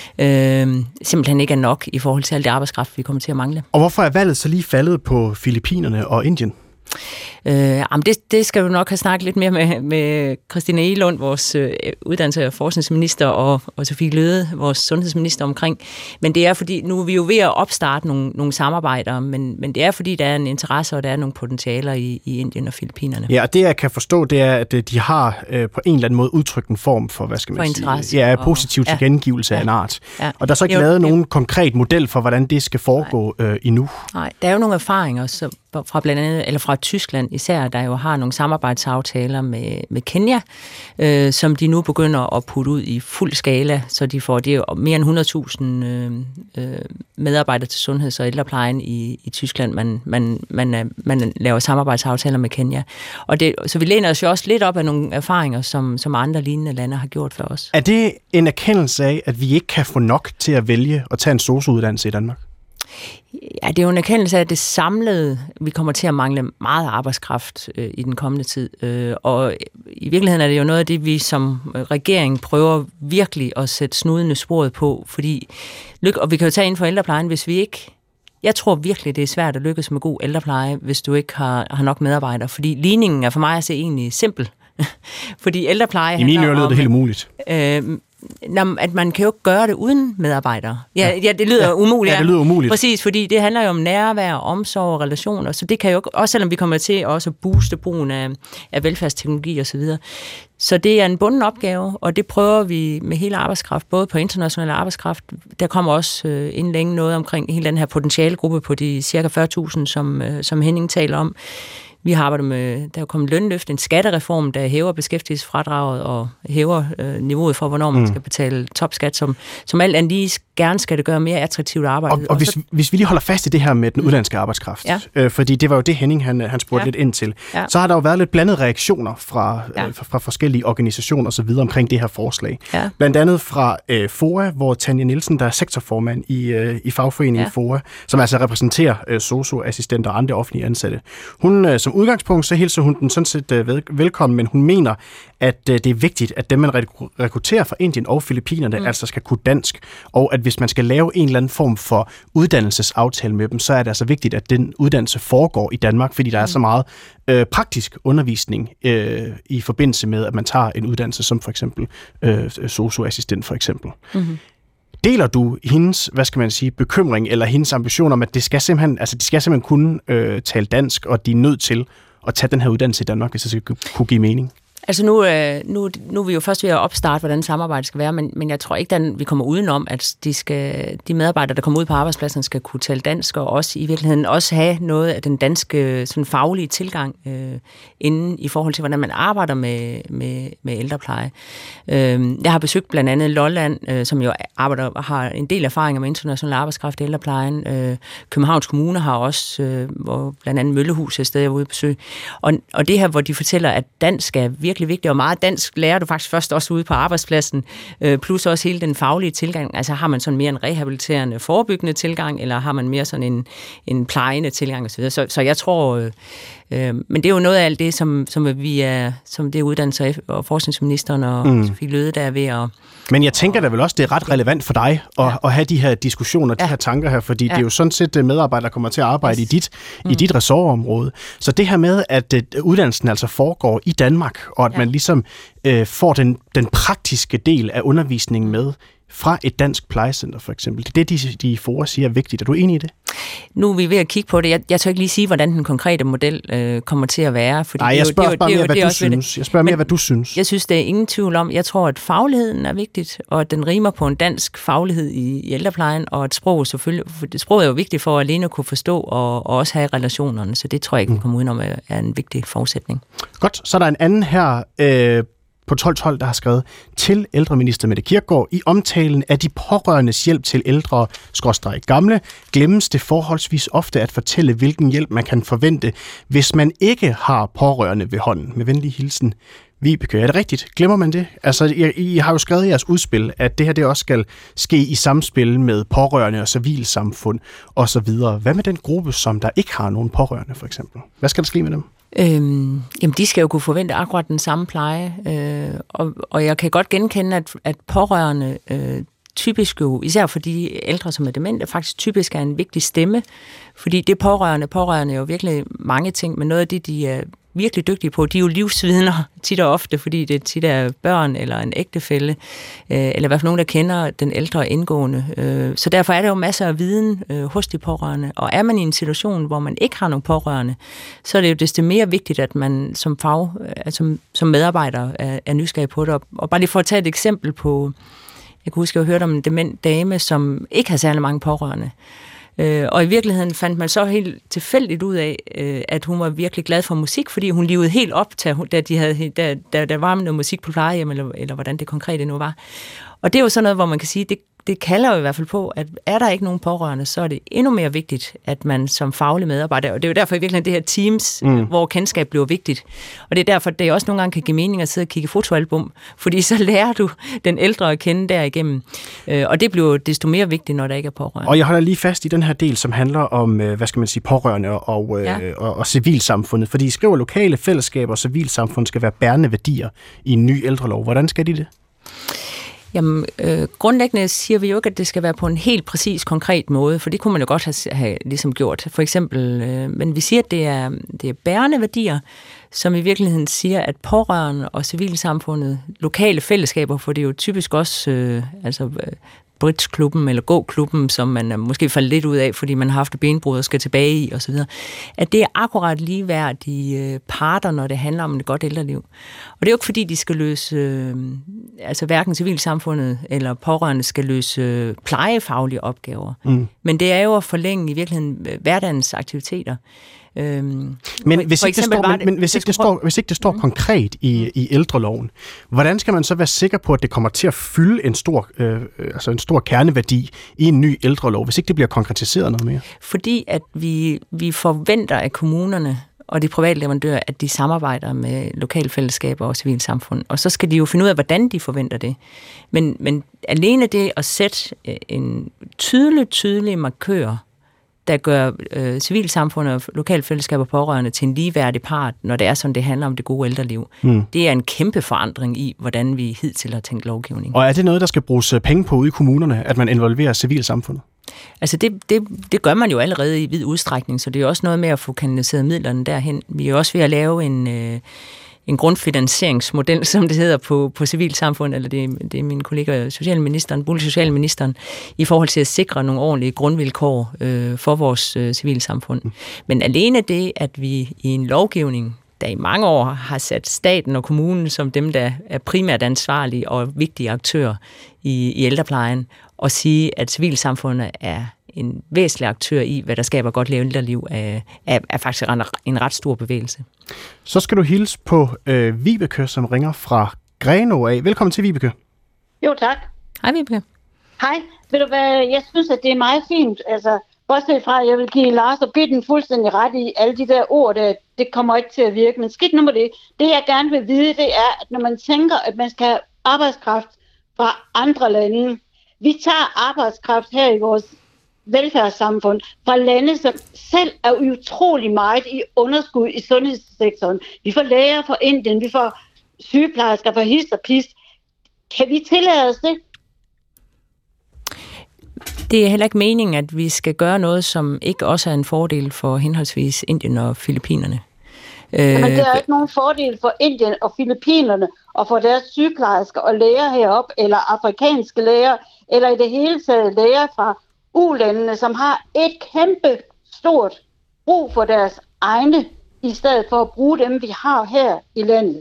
Speaker 1: øh, simpelthen ikke er nok i forhold til al det arbejdskraft, vi kommer til at mangle.
Speaker 2: Og hvorfor er valget så lige faldet på Filippinerne og Indien?
Speaker 1: Øh, jamen det, det skal du nok have snakket lidt mere med, med Christina Egelund, vores øh, uddannelses- og forskningsminister, og, og Sofie Løhde, vores sundhedsminister omkring. Men det er fordi, nu er vi jo ved at opstarte nogle, nogle samarbejder, men, men det er fordi, der er en interesse, og der er nogle potentialer i, i Indien og Filippinerne.
Speaker 2: Ja, og det jeg kan forstå, det er, at de har øh, på en eller anden måde udtrykt en form for, hvad skal man
Speaker 1: for interesse
Speaker 2: sige? Ja, positiv
Speaker 1: og,
Speaker 2: tilkendegivelse ja, af en art.
Speaker 1: Ja.
Speaker 2: Og der er så ikke
Speaker 1: jo,
Speaker 2: lavet
Speaker 1: det,
Speaker 2: nogen konkret model for, hvordan det skal foregå øh, endnu.
Speaker 1: Nej, der er jo nogle erfaringer så, fra blandt andet, eller fra Tyskland især, der jo har nogle samarbejdsaftaler med, med Kenya, øh, som de nu begynder at putte ud i fuld skala, så de får det mere end hundrede tusind øh, øh, medarbejdere til sundheds- og ældreplejen i, i Tyskland, man, man, man, man laver samarbejdsaftaler med Kenya. Og det, så vi læner os jo også lidt op af nogle erfaringer, som, som andre lignende lande har gjort for os.
Speaker 2: Er det en erkendelse af, at vi ikke kan få nok til at vælge at tage en sosu-uddannelse i Danmark?
Speaker 1: Ja, det er jo en erkendelse af, at det samlede, vi kommer til at mangle meget arbejdskraft øh, i den kommende tid. Øh, og i virkeligheden er det jo noget af det, vi som regering prøver virkelig at sætte snuden i sporet på, fordi, og vi kan jo tage ind for ældreplejen, hvis vi ikke, jeg tror virkelig, det er svært at lykkes med god ældrepleje, hvis du ikke har, har nok medarbejdere, fordi ligningen er for mig at se egentlig simpel. Fordi ældrepleje...
Speaker 2: I mine ører lyder det helt umuligt.
Speaker 1: Øh, at man kan jo ikke gøre det uden medarbejdere. Ja, ja det lyder ja. umuligt.
Speaker 2: Ja, det lyder umuligt.
Speaker 1: Præcis, fordi det handler jo om nærvær, omsorg og relationer, så det kan jo også, selvom vi kommer til også at booste brugen af, af velfærdsteknologi og så videre. Så det er en bunden opgave, og det prøver vi med hele arbejdskraft, både på international arbejdskraft. Der kommer også øh, inden længe noget omkring hele den her potentialegruppe på de cirka fyrre tusind, som, øh, som Henning taler om. Vi har arbejdet med, der er kommet lønløft, en skattereform, der hæver beskæftigelsesfradraget og hæver øh, niveauet for, hvornår man mm. skal betale topskat, som, som alt andet lige gerne skal det gøre mere attraktivt at arbejde.
Speaker 2: Og, og, og hvis,
Speaker 1: så,
Speaker 2: hvis vi lige holder fast i det her med den udenlandske arbejdskraft,
Speaker 1: ja.
Speaker 2: øh, fordi det var jo det, Henning han, han spurgte ja. lidt ind til, ja. så har der jo været lidt blandede reaktioner fra, ja. øh, fra, fra forskellige organisationer og så videre omkring det her forslag. Ja. Blandt andet fra øh, F O A, hvor Tanja Nielsen, der er sektorformand i, øh, i fagforeningen ja. F O A, som altså repræsenterer øh, sosu-assistenter og andre offentlige ansatte. Hun, øh, som udgangspunkt, så hilser hun den sådan set øh, velkommen, men hun mener, at øh, det er vigtigt, at dem, man rekrutterer fra Indien og Filippinerne, mm. altså skal kunne dansk, og at hvis man skal lave en eller anden form for uddannelsesaftale med dem, så er det altså vigtigt, at den uddannelse foregår i Danmark, fordi der mm. er så meget øh, praktisk undervisning øh, i forbindelse med, at man tager en uddannelse som for eksempel øh, sosu-assistent for eksempel. Mm-hmm. Deler du hendes, hvad skal man sige, bekymring eller hendes ambition om, at det skal simpelthen, altså de skal simpelthen kunne øh, tale dansk, og de er nødt til at tage den her uddannelse i Danmark, hvis det skal kunne give mening?
Speaker 1: Altså nu, nu, nu er vi jo først ved at opstarte, hvordan samarbejdet skal være, men, men jeg tror ikke, at vi kommer udenom, at de, skal, de medarbejdere, der kommer ud på arbejdspladsen, skal kunne tale dansk, og også i virkeligheden også have noget af den danske sådan faglige tilgang øh, inden i forhold til, hvordan man arbejder med, med, med ældrepleje. Øh, jeg har besøgt blandt andet Lolland, øh, som jo arbejder, har en del erfaringer med international arbejdskraft i ældreplejen. Øh, Københavns Kommune har også, øh, hvor blandt andet Møllehus er et sted, jeg var ude at besøge. Og, og det her, hvor de fortæller, at dansk er virkelig vigtigt, og meget dansk lærer du faktisk først også ude på arbejdspladsen, øh, plus også hele den faglige tilgang. Altså har man sådan mere en rehabiliterende, forebyggende tilgang, eller har man mere sådan en, en plejende tilgang osv. Så, så jeg tror, øh, øh, men det er jo noget af alt det, som, som vi er, som det er uddannelses- og forskningsministeren og mm. Sofie Løhde, der er ved at...
Speaker 2: Men jeg tænker da vel også, det er ret relevant for dig at, ja. at have de her diskussioner, de ja. her tanker her, fordi ja. det er jo sådan set medarbejdere, der kommer til at arbejde yes. i dit, mm. i dit ressortområde. Så det her med, at uddannelsen altså foregår i Danmark, og at ja. man ligesom øh, får den, den praktiske del af undervisningen med fra et dansk plejecenter for eksempel. Det er det, de, de F O A siger er vigtigt. Er du enig i det?
Speaker 1: Nu er vi ved at kigge på det. Jeg, jeg tør ikke lige sige, hvordan den konkrete model øh, kommer til at være. Fordi
Speaker 2: Nej, jeg spørger bare mere, hvad du synes. Jeg spørger mere, hvad du synes.
Speaker 1: Jeg synes, det er ingen tvivl om. Jeg tror, at fagligheden er vigtigt, og at den rimer på en dansk faglighed i, i ældreplejen, og at sprog selvfølgelig, for det sprog er jo vigtigt for at alene kunne forstå og, og også have relationerne, så det tror jeg ikke, vi kommer udenom er en vigtig forudsætning.
Speaker 2: Godt, så er der en anden her øh, på tolv tolv, der har skrevet til ældreminister Mette Kierkgaard: i omtalen af de pårørendes hjælp til ældre skråstreg gamle, glemmes det forholdsvis ofte at fortælle, hvilken hjælp man kan forvente, hvis man ikke har pårørende ved hånden. Med venlig hilsen, Vibeke. Er det rigtigt? Glemmer man det? Altså, I, I har jo skrevet i jeres udspil, at det her det også skal ske i samspil med pårørende og civilsamfund osv. Hvad med den gruppe, som der ikke har nogen pårørende, for eksempel? Hvad skal der ske med dem?
Speaker 1: Øhm, jamen, de skal jo kunne forvente akkurat den samme pleje, øh, og, og jeg kan godt genkende, at, at pårørende øh, typisk jo, især for de ældre, som er demente, faktisk typisk er en vigtig stemme, fordi det pårørende, pårørende er jo virkelig mange ting, men noget af det, de er virkelig dygtige på, de er jo livsvidner tit og ofte, fordi det tit er børn eller en ægtefælle, øh, eller i hvert fald nogen, der kender den ældre indgående. Øh, så derfor er der jo masser af viden øh, hos de pårørende, og er man i en situation, hvor man ikke har nogen pårørende, så er det jo desto mere vigtigt, at man som fag, altså som, som medarbejder er, er nysgerrig på det. Og, og bare lige for at tage et eksempel på, jeg kan huske, at jeg hørte om en dement dame, som ikke har særlig mange pårørende. Øh, og i virkeligheden fandt man så helt tilfældigt ud af, øh, at hun var virkelig glad for musik, fordi hun livede helt op, til, da, de havde, da, da der var noget musik på plejehjem, eller, eller hvordan det konkrete nu var. Og det er jo sådan noget, hvor man kan sige, det, det kalder jo i hvert fald på, at er der ikke nogen pårørende, så er det endnu mere vigtigt, at man som faglig medarbejder, og det er jo derfor i virkeligheden det her Teams, mm. hvor kendskab bliver vigtigt. Og det er derfor, det også nogle gange kan give mening at sidde og kigge fotoalbum, fordi så lærer du den ældre at kende derigennem. Og det bliver jo desto mere vigtigt, når der ikke er pårørende.
Speaker 2: Og jeg holder lige fast i den her del, som handler om, hvad skal man sige, pårørende og, ja. og, og civilsamfundet, fordi I skriver, lokale fællesskaber og civilsamfund skal være bærende værdier i en ny ældrelov. Hvordan skal de det?
Speaker 1: Jamen, øh, grundlæggende siger vi jo ikke, at det skal være på en helt præcis, konkret måde, for det kunne man jo godt have, have ligesom gjort. For eksempel, øh, men vi siger, at det er, det er bærende værdier, som i virkeligheden siger, at pårørende og civilsamfundet, lokale fællesskaber, for det er jo typisk også, øh, altså øh, bridgeklubben eller gåklubben, som man er måske faldet lidt ud af, fordi man har haft benbrud og skal tilbage i osv., at det er akkurat ligeværdige parter, når det handler om et godt ældreliv. Og det er jo ikke fordi, de skal løse, altså hverken civilsamfundet eller pårørende skal løse øh, plejefaglige opgaver. Mm. Men det er jo at forlænge i virkeligheden hverdagens aktiviteter. Øhm,
Speaker 2: men
Speaker 1: for,
Speaker 2: hvis,
Speaker 1: for
Speaker 2: ikke det står, men, men hvis, ikke det står, hvis ikke det står mm. konkret i, i ældreloven, hvordan skal man så være sikker på, at det kommer til at fylde en stor, øh, altså en stor kerneværdi i en ny ældrelov, hvis ikke det bliver konkretiseret noget mere?
Speaker 1: Fordi at vi, vi forventer af kommunerne og de private leverandører, at de samarbejder med lokalfællesskaber og civilsamfund. Og så skal de jo finde ud af, hvordan de forventer det. Men, men alene det at sætte en tydelig, tydelig markør, der gør øh, civilsamfundet og lokalfællesskaber og pårørende til en ligeværdig part, når det er sådan, det handler om det gode ældreliv. Mm. Det er en kæmpe forandring i, hvordan vi hidtil har tænkt lovgivning.
Speaker 2: Og er det noget, der skal bruges penge på ude i kommunerne, at man involverer civilsamfundet?
Speaker 1: Altså det, det, det gør man jo allerede i vid udstrækning, så det er jo også noget med at få kanaliseret midlerne derhen. Vi er jo også ved at lave en... Øh, en grundfinansieringsmodel, som det hedder på, på civilsamfund, eller det, det er min kollega socialministeren, bolig- socialministeren, i forhold til at sikre nogle ordentlige grundvilkår øh, for vores øh, civilsamfund. Mm. Men alene det, at vi i en lovgivning, der i mange år har sat staten og kommunen som dem, der er primært ansvarlige og vigtige aktører i, i ældreplejen, og sige, at civilsamfundet er en væsentlig aktør i, hvad der skaber godt ældreliv, er, er, er faktisk en, en ret stor bevægelse.
Speaker 2: Så skal du hilse på øh, Vibeke, som ringer fra Grenaa af. Velkommen til, Vibeke.
Speaker 5: Jo, tak.
Speaker 1: Hej, Vibeke.
Speaker 5: Hej. Ved du hvad, jeg synes, at det er meget fint. Altså, bortset fra, at jeg vil give Lars og Bitten fuldstændig ret i alle de der ord, der, det kommer ikke til at virke. Men skidt nu med det. Det, jeg gerne vil vide, det er, at når man tænker, at man skal have arbejdskraft fra andre lande, vi tager arbejdskraft her i vores velfærdssamfund fra lande, som selv er utrolig meget i underskud i sundhedssektoren. Vi får læger fra Indien, vi får sygeplejersker fra hist og pist. Kan vi tillade os det?
Speaker 1: Det er heller ikke meningen, at vi skal gøre noget, som ikke også er en fordel for henholdsvis Indien og Filippinerne.
Speaker 5: Men det er ikke nogen fordel for Indien og Filippinerne og for deres sygeplejersker og læger heroppe, eller afrikanske læger, eller i det hele taget læger fra U-landene, som har et kæmpe stort brug for deres egne, i stedet for at bruge dem, vi har her i landet.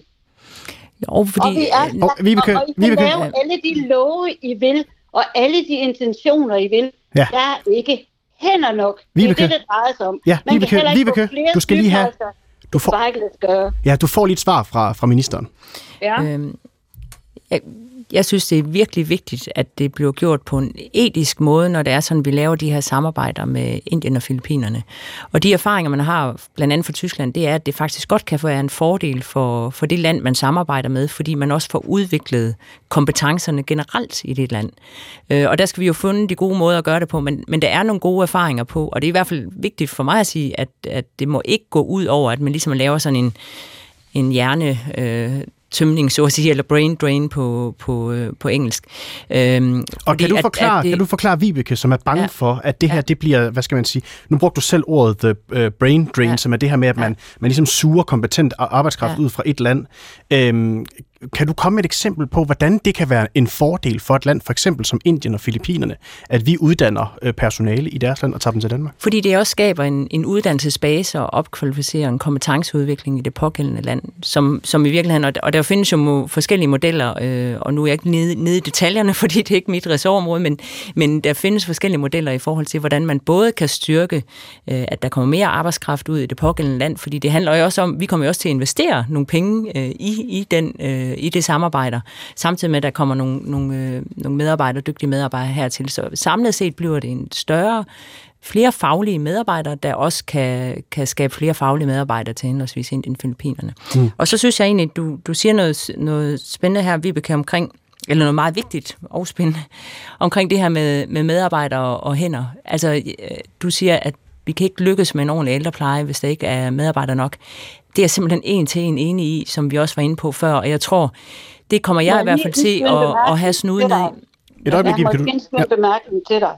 Speaker 1: Jo, fordi...
Speaker 5: Og vi er,
Speaker 2: oh, Vibeke,
Speaker 5: og, og I kan Vibeke. lave alle de love, I vil, og alle de intentioner, I vil. Ja. Der er ikke hænder nok.
Speaker 2: Vibeke.
Speaker 5: Det er det, det drejer sig om.
Speaker 2: Ja, Man Vibeke, kan Vibeke, du skal lige have... Du får, ja, du får lige et svar fra, fra ministeren.
Speaker 5: Ja.
Speaker 1: Øhm, jeg, jeg synes, det er virkelig vigtigt, at det bliver gjort på en etisk måde, når det er sådan, vi laver de her samarbejder med Indien og Filippinerne. Og de erfaringer, man har blandt andet fra Tyskland, det er, at det faktisk godt kan være en fordel for, for det land, man samarbejder med, fordi man også får udviklet kompetencerne generelt i det land. Øh, og der skal vi jo finde de gode måder at gøre det på, men, men der er nogle gode erfaringer på, og det er i hvert fald vigtigt for mig at sige, at, at det må ikke gå ud over, at man ligesom laver sådan en, en hjerne... Øh, tømning, så at sige, eller brain drain på, på, på engelsk. Øhm,
Speaker 2: og kan du, forklare, at, at det, kan du forklare Vibeke, som er bange ja, for, at det her, ja. det bliver, hvad skal man sige, nu brugte du selv ordet the uh, brain drain, ja. som er det her med, at man, ja. man ligesom suger kompetent arbejdskraft ja. ud fra et land. Øhm, kan du komme med et eksempel på, hvordan det kan være en fordel for et land, for eksempel som Indien og Filippinerne, at vi uddanner øh, personale i deres land og tager dem til Danmark? Fordi
Speaker 1: det også skaber en, en uddannelsesbase og opkvalificerer en kompetenceudvikling i det pågældende land, som, som i virkeligheden, og der findes jo forskellige modeller, øh, og nu er jeg ikke nede, nede i detaljerne, fordi det er ikke mit ressortområde, men, men der findes forskellige modeller i forhold til, hvordan man både kan styrke, øh, at der kommer mere arbejdskraft ud i det pågældende land, fordi det handler jo også om, vi kommer jo også til at investere nogle penge øh, i, i den øh, i det samarbejder, samtidig med, at der kommer nogle, nogle, øh, nogle medarbejdere, dygtige medarbejdere hertil. Så samlet set bliver det en større, flere faglige medarbejdere, der også kan, kan skabe flere faglige medarbejdere til henholdsvis Indien og Filippinerne. Mm. Og så synes jeg egentlig, du, du siger noget, noget spændende her, Vibeke, omkring, eller noget meget vigtigt og spændende, omkring det her med, med medarbejdere og hænder. Altså, du siger, at vi kan ikke lykkes med en ordentlig ældrepleje, hvis der ikke er medarbejdere nok. Det er simpelthen en til en enig i, som vi også var inde på før, og jeg tror, det kommer jeg Nå, i hvert fald til at, at have snuden ned.
Speaker 5: Et øjeblik, jeg må genskrive en bemærkning til dig.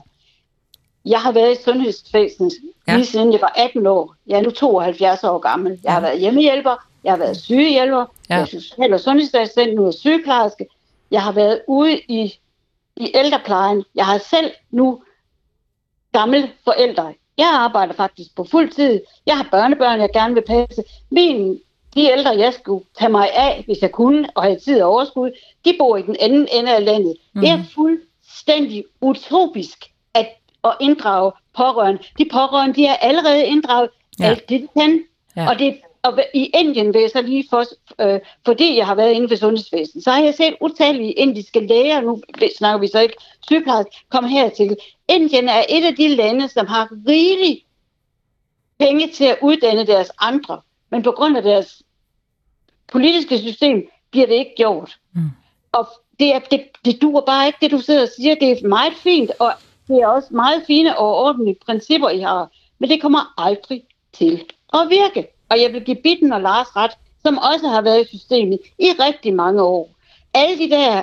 Speaker 5: Jeg har været i sundhedsvæsenet ja. lige siden jeg var atten år. Jeg er nu tooghalvfjerds år gammel. Jeg ja. har været hjemmehjælper, jeg har været sygehjælper, ja. jeg er social- og sundhedsassistent, nu er sygeplejerske. Jeg har været ude i, i ældreplejen. Jeg har selv nu gamle forældre. Jeg arbejder faktisk på fuld tid. Jeg har børnebørn, jeg gerne vil passe. Min de ældre, jeg skulle tage mig af, hvis jeg kunne, og havde tid og overskud, de bor i den anden ende af landet. Mm. Det er fuldstændig utopisk at, at inddrage pårørende. De pårørende, de er allerede inddraget ja. alt det, de kan. Ja. Og, det, og i Indien vil jeg så lige for, øh, fordi jeg har været inde for sundhedsvæsenet, så har jeg set utallige indiske læger, nu snakker vi så ikke sygeplejersker, komme hertil. Indien er et af de lande, som har rigeligt penge til at uddanne deres andre, men på grund af deres politiske system bliver det ikke gjort. Mm. Og det, er, det, det duer bare ikke, det du sidder og siger. Det er meget fint, og det er også meget fine og ordentlige principper, I har. Men det kommer aldrig til at virke. Og jeg vil give Bitten og Lars ret, som også har været i systemet i rigtig mange år. Alle de der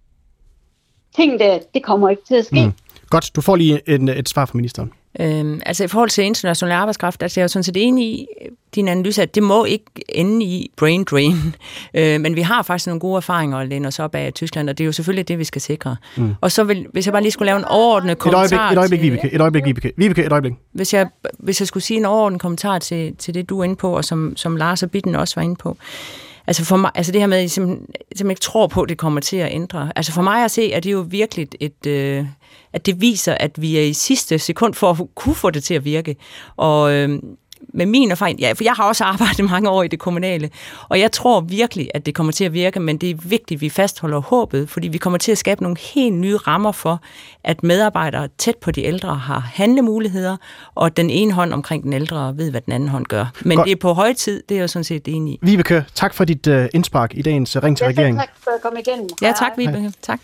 Speaker 5: ting der, det kommer ikke til at ske. Mm.
Speaker 2: Godt, du får lige en, et svar fra ministeren.
Speaker 1: Øhm, altså i forhold til international arbejdskraft, altså jeg er jo sådan set enig i din analyse, at det må ikke ende i brain drain. Øh, men vi har faktisk nogle gode erfaringer at læne os op af Tyskland, og det er jo selvfølgelig det, vi skal sikre. Mm. Og så vil, hvis jeg bare lige skulle lave en overordnet kommentar...
Speaker 2: Et øjeblik, et øjeblik, Vibeke, et øjeblik, Vibeke. Vibeke, et øjeblik.
Speaker 1: Hvis jeg, hvis jeg skulle sige en overordnet kommentar til, til det, du er inde på, og som, som Lars og Bitten også var inde på. Altså, for mig, altså det her med, at I simpelthen, simpelthen ikke tror på, at det kommer til at ændre. Altså for mig at se, at det jo virkelig et... Øh, at det viser, at vi er i sidste sekund for at kunne få det til at virke. Og øh, med min erfaring, ja, for jeg har også arbejdet mange år i det kommunale, og jeg tror virkelig, at det kommer til at virke, men det er vigtigt, at vi fastholder håbet, fordi vi kommer til at skabe nogle helt nye rammer for, at medarbejdere tæt på de ældre har handlemuligheder, og den ene hånd omkring den ældre ved, hvad den anden hånd gør. Men godt. Det er på høje tid, det er jeg sådan set enig i.
Speaker 2: Vibeke, tak for dit uh, indspark i dagens Ring til
Speaker 5: ja,
Speaker 2: regeringen.
Speaker 5: Tak for at komme igennem.
Speaker 1: Ja, tak Vibeke. Hej. Tak.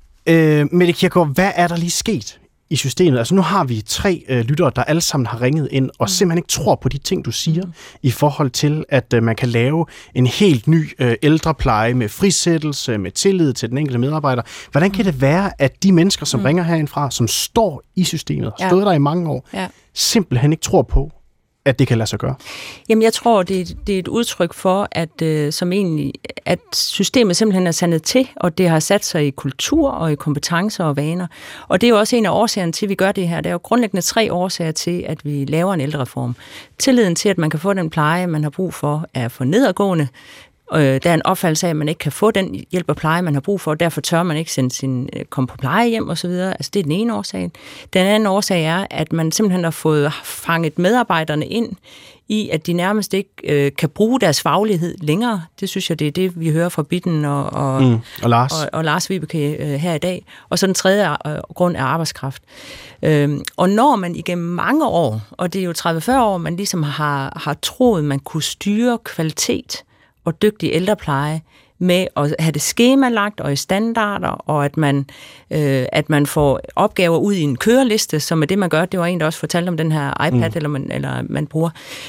Speaker 2: Øh, Mette Kirkegaard, hvad er der lige sket i systemet? Altså nu har vi tre øh, lyttere, der alle sammen har ringet ind, og mm. simpelthen ikke tror på de ting, du siger, mm. i forhold til, at øh, man kan lave en helt ny øh, ældrepleje med frisættelse, med tillid til den enkelte medarbejder. Hvordan kan det være, at de mennesker, som mm. ringer herindfra, som står i systemet, har stået ja. der i mange år, ja. simpelthen ikke tror på, at det kan lade sig gøre?
Speaker 1: Jamen, jeg tror, det er, det er et udtryk for, at, øh, som egentlig, at systemet simpelthen er sandet til, og det har sat sig i kultur og i kompetencer og vaner. Og det er jo også en af årsagerne til, at vi gør det her. Der er jo grundlæggende tre årsager til, at vi laver en ældrereform. Tilliden til, at man kan få den pleje, man har brug for, er for nedadgående. Der er en opfattelse af, at man ikke kan få den hjælp og pleje, man har brug for, og derfor tør man ikke sende sin, komme på plejehjem og så videre. Altså, det er den ene årsag. Den anden årsag er, at man simpelthen har fået fanget medarbejderne ind i, at de nærmest ikke øh, kan bruge deres faglighed længere. Det synes jeg, det er det, vi hører fra Bitten og, og,
Speaker 2: mm, og Lars,
Speaker 1: og, og Lars Vibeke øh, her i dag. Og så den tredje øh, grund er arbejdskraft. Øhm, og når man igennem mange år, og det er jo tredive til fyrre år, man ligesom har, har troet, man kunne styre kvalitet og dygtig ældrepleje med at have det skemalagt og i standarder, og at man, øh, at man får opgaver ud i en køreliste, som er det, man gør. Det var en, der også fortalte om den her iPad, mm. eller, man, eller man bruger.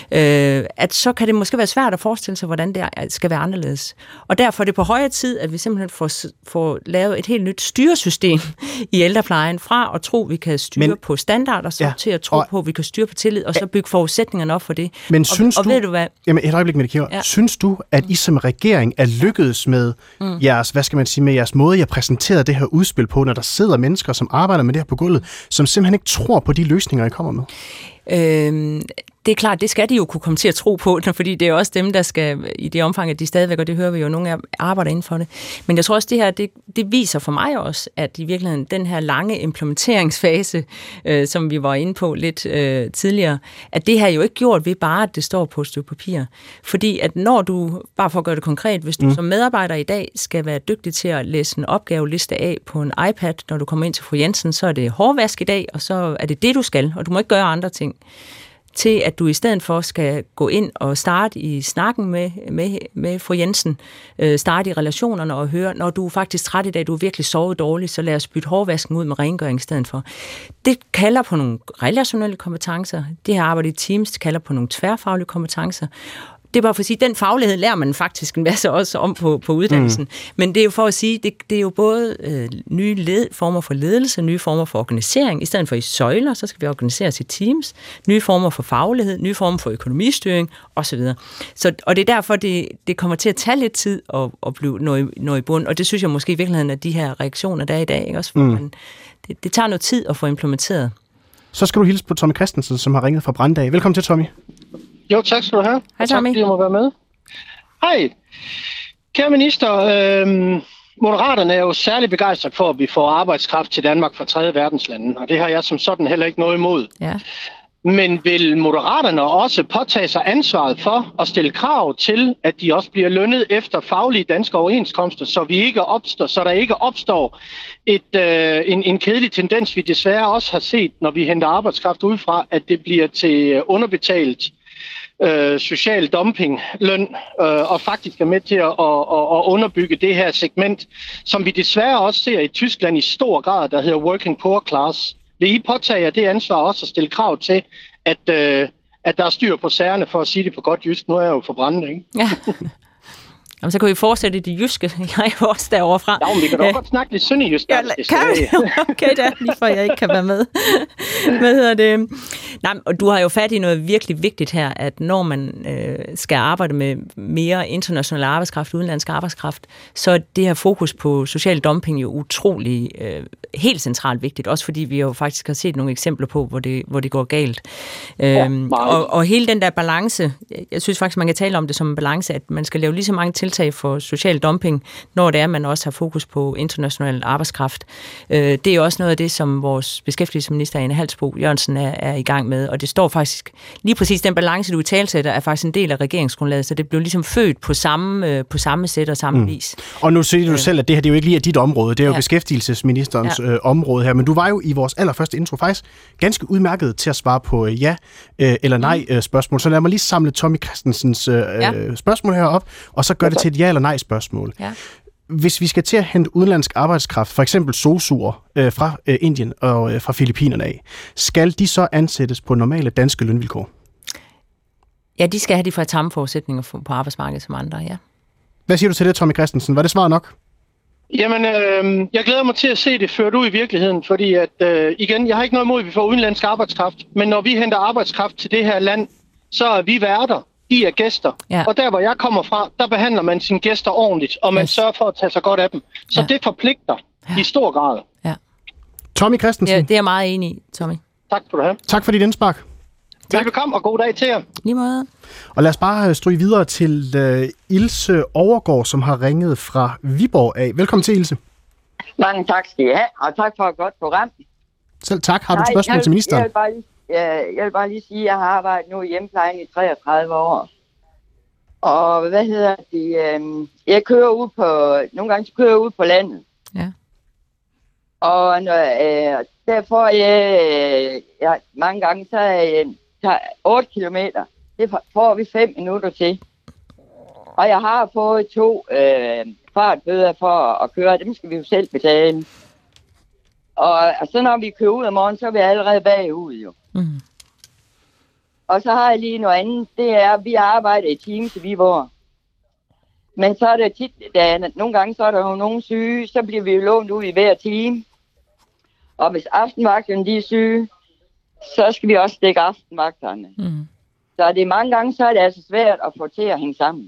Speaker 1: Øh, at så kan det måske være svært at forestille sig, hvordan det skal være anderledes. Og derfor er det på højere tid, at vi simpelthen får, får lavet et helt nyt styresystem i ældreplejen, fra at tro, vi kan styre men, på standarder, så ja, til at tro og, på, at vi kan styre på tillid, og så bygge forudsætningerne op for det.
Speaker 2: Men
Speaker 1: og,
Speaker 2: synes
Speaker 1: og
Speaker 2: du,
Speaker 1: ved du hvad?
Speaker 2: Jamen et øjeblik med det, ja. Synes du, at I som regering er lykkedes med mm. jeres, hvad skal man sige, med jeres måde, jeg præsenterede det her udspil på, når der sidder mennesker, som arbejder med det her på gulvet, som simpelthen ikke tror på de løsninger, I kommer med?
Speaker 1: Øhm, det er klart, det skal de jo kunne komme til at tro på, fordi det er også dem, der skal, i det omfang, at de stadigvæk, og det hører vi jo, nogle af arbejder inden for det. Men jeg tror også, det her, det, det viser for mig også, at i virkeligheden den her lange implementeringsfase, øh, som vi var inde på lidt øh, tidligere, at det her jo ikke gjort ved bare, at det står på et stykke papir. Fordi at når du, bare for at gøre det konkret, hvis du mm. som medarbejder i dag skal være dygtig til at læse en opgaveliste af på en iPad, når du kommer ind til fru Jensen, så er det hårvask i dag, og så er det det, du skal, og du må ikke gøre andre ting. Til at du i stedet for skal gå ind og starte i snakken med, med, med fru Jensen, øh, starte i relationerne og høre, når du er faktisk træt i dag, du er virkelig sovet dårligt, så lad os bytte hårvasken ud med rengøring i stedet for. Det kalder på nogle relationelle kompetencer, det her arbejde i teams kalder på nogle tværfaglige kompetencer. Det er bare for at sige, at den faglighed lærer man faktisk en masse også om på, på uddannelsen. Mm. Men det er jo for at sige, det, det er jo både øh, nye led, former for ledelse, nye former for organisering. I stedet for i søjler, så skal vi organisere os i teams. Nye former for faglighed, nye former for økonomistyring osv. Så, og det er derfor, det, det kommer til at tage lidt tid at, at blive noget, noget i bund. Og det synes jeg måske i virkeligheden, at de her reaktioner, der er i dag, ikke? Også, mm. man, det, det tager noget tid at få implementeret.
Speaker 2: Så skal du hilse på Tommy Christensen, som har ringet fra Brandag. Velkommen til, Tommy.
Speaker 8: Jo, tak skal du have.
Speaker 1: Hej, Tommy.
Speaker 8: Tak, fordi jeg må være med. Hej. Kære minister, øh, Moderaterne er jo særlig begejstret for, at vi får arbejdskraft til Danmark fra tredje verdenslande, og det har jeg som sådan heller ikke noget imod.
Speaker 1: Ja.
Speaker 8: Men vil Moderaterne også påtage sig ansvaret for at stille krav til, at de også bliver lønnet efter faglige danske overenskomster, så vi ikke opstår, så der ikke opstår et, øh, en, en kedelig tendens, vi desværre også har set, når vi henter arbejdskraft udefra, at det bliver til underbetalt øh, social dumping, løn, øh, og faktisk er med til at, at, at underbygge det her segment, som vi desværre også ser i Tyskland i stor grad, der hedder working poor class. Vil I påtage det ansvar også at stille krav til, at, øh, at der er styr på sagerne, for at sige det på godt jysk? Nu er jeg jo forbrændt, ikke?
Speaker 1: Ja. Jamen, så kan vi fortsætte i det jyske. Jeg er også derovre fra.
Speaker 8: Ja, men vi kan da godt snakke lidt sønderjysk.
Speaker 1: Ja, kan vi? Okay, det er lige for, jeg ikke kan være med. Hvad hedder det? Nej, og du har jo fat i noget virkelig vigtigt her, at når man øh, skal arbejde med mere international arbejdskraft, udenlandsk arbejdskraft, så er det her fokus på social dumping jo utrolig øh, helt centralt vigtigt, også fordi vi jo faktisk har set nogle eksempler på, hvor det, hvor det går galt.
Speaker 8: Ja,
Speaker 1: øhm, og, og hele den der balance, jeg synes faktisk, man kan tale om det som en balance, at man skal lave lige så mange tiltag for social dumping, når det er, man også har fokus på international arbejdskraft. Øh, det er jo også noget af det, som vores beskæftigelsesminister Ane Halsboe Jørgensen er, er i gang med, og det står faktisk, lige præcis den balance, du italesætter, er faktisk en del af regeringsgrundlaget, så det blev ligesom født på samme, øh, på samme sæt og samme mm. vis.
Speaker 2: Og nu siger du øh. selv, at det her det er jo ikke lige dit område, det er jo
Speaker 1: ja.
Speaker 2: beskæftigelsesministerens ja. øh, område her, men du var jo i vores allerførste intro faktisk ganske udmærket til at svare på øh, ja øh, eller nej øh, spørgsmål, så lad mig lige samle Tommy Christensens øh, ja. spørgsmål herop, og så gør det til et ja eller nej spørgsmål.
Speaker 1: Ja.
Speaker 2: Hvis vi skal til at hente udenlandsk arbejdskraft, for eksempel sosuer øh, fra øh, Indien og øh, fra Filippinerne af, skal de så ansættes på normale danske lønvilkår?
Speaker 1: Ja, de skal have de for samme forudsætninger på arbejdsmarkedet som andre, ja.
Speaker 2: Hvad siger du til det, Tommy Christensen? Var det svaret nok?
Speaker 8: Jamen, øh, jeg glæder mig til at se det ført ud i virkeligheden, fordi at, øh, igen, jeg har ikke noget imod, at vi får udenlandsk arbejdskraft, men når vi henter arbejdskraft til det her land, så er vi værter. De er gæster. Ja. Og der, hvor jeg kommer fra, der behandler man sine gæster ordentligt, og man yes. sørger for at tage sig godt af dem. Så ja. det forpligter ja. i stor grad.
Speaker 1: Ja.
Speaker 2: Tommy Christensen.
Speaker 1: Ja, det er jeg meget enig i, Tommy.
Speaker 8: Tak skal du have.
Speaker 2: Tak for dit indspark.
Speaker 8: Velbekomme, og god dag til jer.
Speaker 1: Lige måde.
Speaker 2: Og lad os bare stryge videre til uh, Ilse Overgaard, som har ringet fra Viborg af. Velkommen til, Ilse.
Speaker 9: Mange tak skal I have, og tak for et godt program.
Speaker 2: Selv tak. Har du et
Speaker 9: Nej,
Speaker 2: spørgsmål
Speaker 9: jeg,
Speaker 2: til ministeren?
Speaker 9: Jeg vil, bare lige, jeg, jeg vil bare lige sige, at jeg har arbejdet nu i hjemmeplejen i treogtredive år. Og hvad hedder det? Øh, jeg kører ud på, nogle gange kører jeg ud på landet.
Speaker 1: Ja.
Speaker 9: Og når, øh, derfor jeg, jeg, mange gange, så jeg, tager otte kilometer. Det får vi fem minutter til. Og jeg har fået to øh, fartbøder for at køre. Dem skal vi jo selv betale. Og, og så når vi kører ud om morgenen, så er vi allerede bagud jo. Mm. Og så har jeg lige noget andet. Det er, at vi arbejder i teams i Viborg. Men så er det tit, da, nogle gange så er der jo nogen syge, så bliver vi jo lånt ud i hver team. Og hvis aftenvagterne de er syge, så skal vi også dække aftenvagterne. Mm. Så det er mange gange, så er det altså svært at få til at hænge sammen.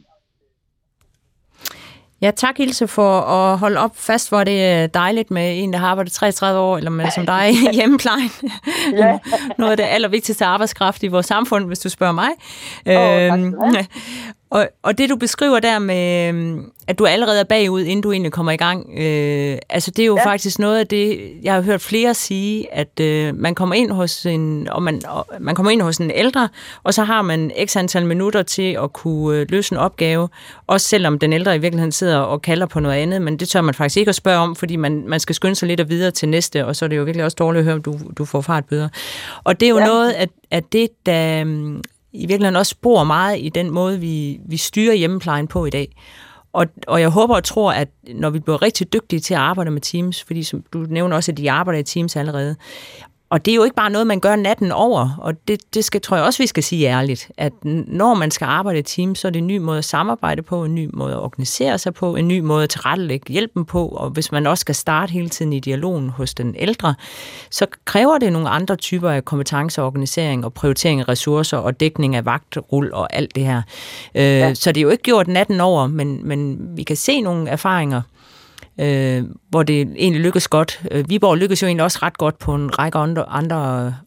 Speaker 1: Ja, tak Ilse for at holde op fast, hvor det er dejligt med en, der har arbejdet treogtredive år, eller med som dig i hjemmeplejen. Ja. Noget af det allervigtigste arbejdskraft i vores samfund, hvis du spørger mig. Oh, øhm, og, og det du beskriver der med, at du allerede er bagud, inden du egentlig kommer i gang, øh, altså det er jo ja. faktisk noget af det, jeg har hørt flere sige, at øh, man kommer ind hos en, og man, og man kommer ind hos en ældre, og så har man x antal minutter til at kunne øh, løse en opgave, også selvom den ældre i virkeligheden sidder og kalder på noget andet, men det tør man faktisk ikke at spørge om, fordi man, man skal skynde sig lidt og videre til næste, og så er det jo virkelig også dårligt at høre, om du, du får fartbøder. Og det er jo ja. noget af, af det, der i virkeligheden også bor meget i den måde, vi, vi styrer hjemmeplejen på i dag. Og, og jeg håber og tror, at når vi bliver rigtig dygtige til at arbejde med teams, fordi som du nævner også, at de arbejder i teams allerede, og det er jo ikke bare noget, man gør natten over, og det, det skal, tror jeg også, vi skal sige ærligt, at når man skal arbejde i teams, så er det en ny måde at samarbejde på, en ny måde at organisere sig på, en ny måde at tilrettelægge hjælpen på, og hvis man også skal starte hele tiden i dialogen hos den ældre, så kræver det nogle andre typer af kompetencer, organisering og prioritering af ressourcer og dækning af vagtrul og alt det her. Ja. Så det er jo ikke gjort natten over, men, men vi kan se nogle erfaringer, Øh, hvor det egentlig lykkes godt. Øh, Viborg lykkes jo egentlig også ret godt på en række andre, andre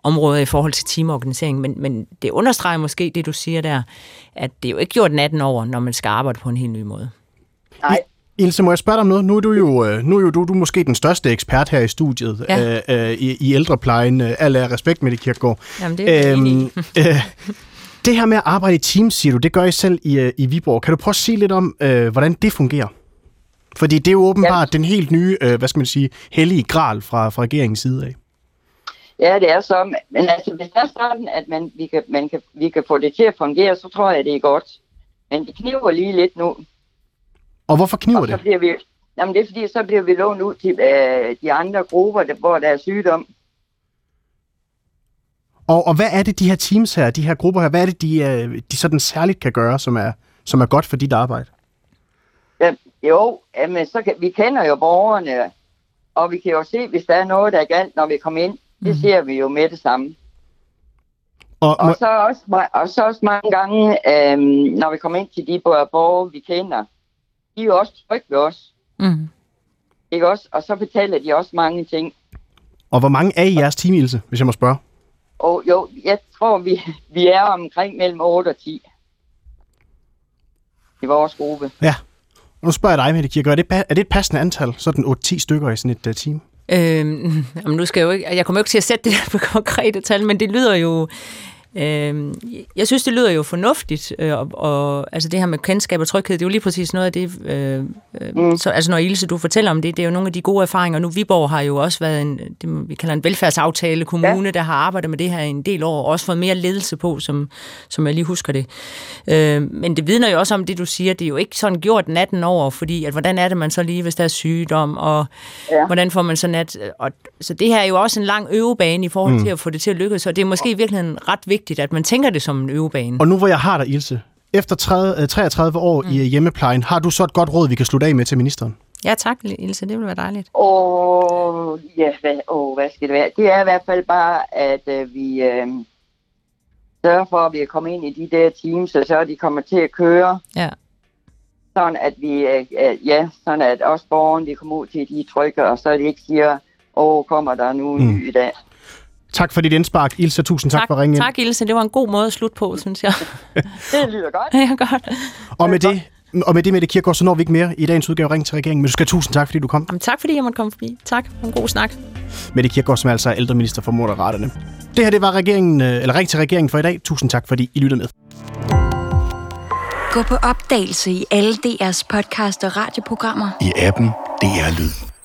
Speaker 1: områder i forhold til teamorganisering, men, men det understreger måske det, du siger der, at det er jo ikke gjort natten over, når man skal arbejde på en helt ny måde.
Speaker 9: Nej.
Speaker 2: Ilse, må jeg spørge dig om noget? Nu er du jo, nu er jo du, du er måske den største ekspert her i studiet ja. øh, øh, i, i ældreplejen. Al er respekt, Mette Kirkegaard.
Speaker 1: Jamen, det er øhm,
Speaker 2: øh, Det her med at arbejde i teams, siger du, det gør I selv i, i Viborg. Kan du prøve at sige lidt om, øh, hvordan det fungerer? Fordi det er jo åbenbart ja. den helt nye, øh, hvad skal man sige, hellige gral fra, fra regeringens side af.
Speaker 9: Ja, det er så. Men altså, hvis det er sådan, at man, vi, kan, man kan, vi kan få det til at fungere, så tror jeg, det er godt. Men det kniver lige lidt nu.
Speaker 2: Og hvorfor kniver
Speaker 9: og så
Speaker 2: det?
Speaker 9: Bliver vi, jamen det er fordi, så bliver vi lånt ud til øh, de andre grupper, der, hvor der er sygdom.
Speaker 2: Og, og hvad er det, de her teams her, de her grupper her, hvad er det, de, øh, de sådan særligt kan gøre, som er, som er godt for dit arbejde?
Speaker 9: Ja, jo, jamen, så kan, vi kender jo borgerne, og vi kan jo se, hvis der er noget, der er galt, når vi kommer ind. Det mm. ser vi jo med det samme.
Speaker 2: Og,
Speaker 9: og,
Speaker 2: må...
Speaker 9: så, også, og så også mange gange, øhm, når vi kommer ind til de borgere, vi kender, de er jo også trygge ved os. Mm. Ikke også? Og så fortæller de også mange ting.
Speaker 2: Og hvor mange er i jeres team, Ilse, hvis jeg må spørge?
Speaker 9: Og jo, jeg tror, vi, vi er omkring mellem otte og ti i vores gruppe.
Speaker 2: Ja. Nu spørger jeg dig, Mette Kirkegaard, er det, er det et passende antal, sådan otte til ti stykker i sådan et uh, team?
Speaker 1: Øhm, jamen nu skal jeg jo ikke, jeg kommer jo ikke til at sætte det der på konkrete tal, men det lyder jo, øh, jeg synes det lyder jo fornuftigt, øh, og, og altså det her med kendskab og tryghed, det er jo lige præcis noget af det, øh, øh, mm. så, altså når Ilse, du fortæller om det, det er jo nogle af de gode erfaringer. Nu Viborg har jo også været en, det vi kalder en velfærdsaftale kommune, ja. der har arbejdet med det her i en del år, og også fået mere ledelse på, som, som jeg lige husker det. Øh, men det vidner jo også om det, du siger, det er jo ikke sådan gjort natten over, fordi at, hvordan er det man så lige, hvis der er sygdom, og ja. hvordan får man så nat, og, så det her er jo også en lang øvebane i forhold til mm. at få det til at lykkes, så det er måske i virkeligheden ret vigtigt, at man tænker det som en øvebane.
Speaker 2: Og nu hvor jeg har dig, Ilse, efter treogtredive år mm. i hjemmeplejen, har du så et godt råd, vi kan slutte af med til ministeren?
Speaker 1: Ja tak, Ilse, det vil være dejligt.
Speaker 9: Åh, ja, hvad, åh, hvad skal det være? Det er i hvert fald bare, at øh, vi øh, sørger for, at vi er kommet ind i de der teams, og så de kommer til at køre.
Speaker 1: Ja.
Speaker 9: Sådan at vi, øh, ja, sådan at også borgerne, vi kommer ud til de trygge, og så de ikke siger, åh, kommer der nu en mm. ny i dag.
Speaker 2: Tak for dit indspark, Ilse. Tusind tak, tak for at ringe ind.
Speaker 1: Tak, Ilse. Det var en god måde at slutte på, synes jeg.
Speaker 9: Det lyder godt.
Speaker 1: Ja, godt.
Speaker 2: Og med det, og med det, Mette Kirkegaard, så når vi ikke mere i dagens udgave Ring til regeringen. Men du skal have tusind tak, fordi du kom.
Speaker 1: Jamen, tak, fordi jeg måtte komme forbi. Tak for en god snak.
Speaker 2: Mette Kirkegaard, som er altså ældreminister for Moderaterne. Det her, det var regeringen, eller Ring til regeringen for i dag. Tusind tak, fordi I lyttede med.
Speaker 10: Gå på opdagelse i alle D R's podcast og radioprogrammer.
Speaker 11: I appen D R Lyd.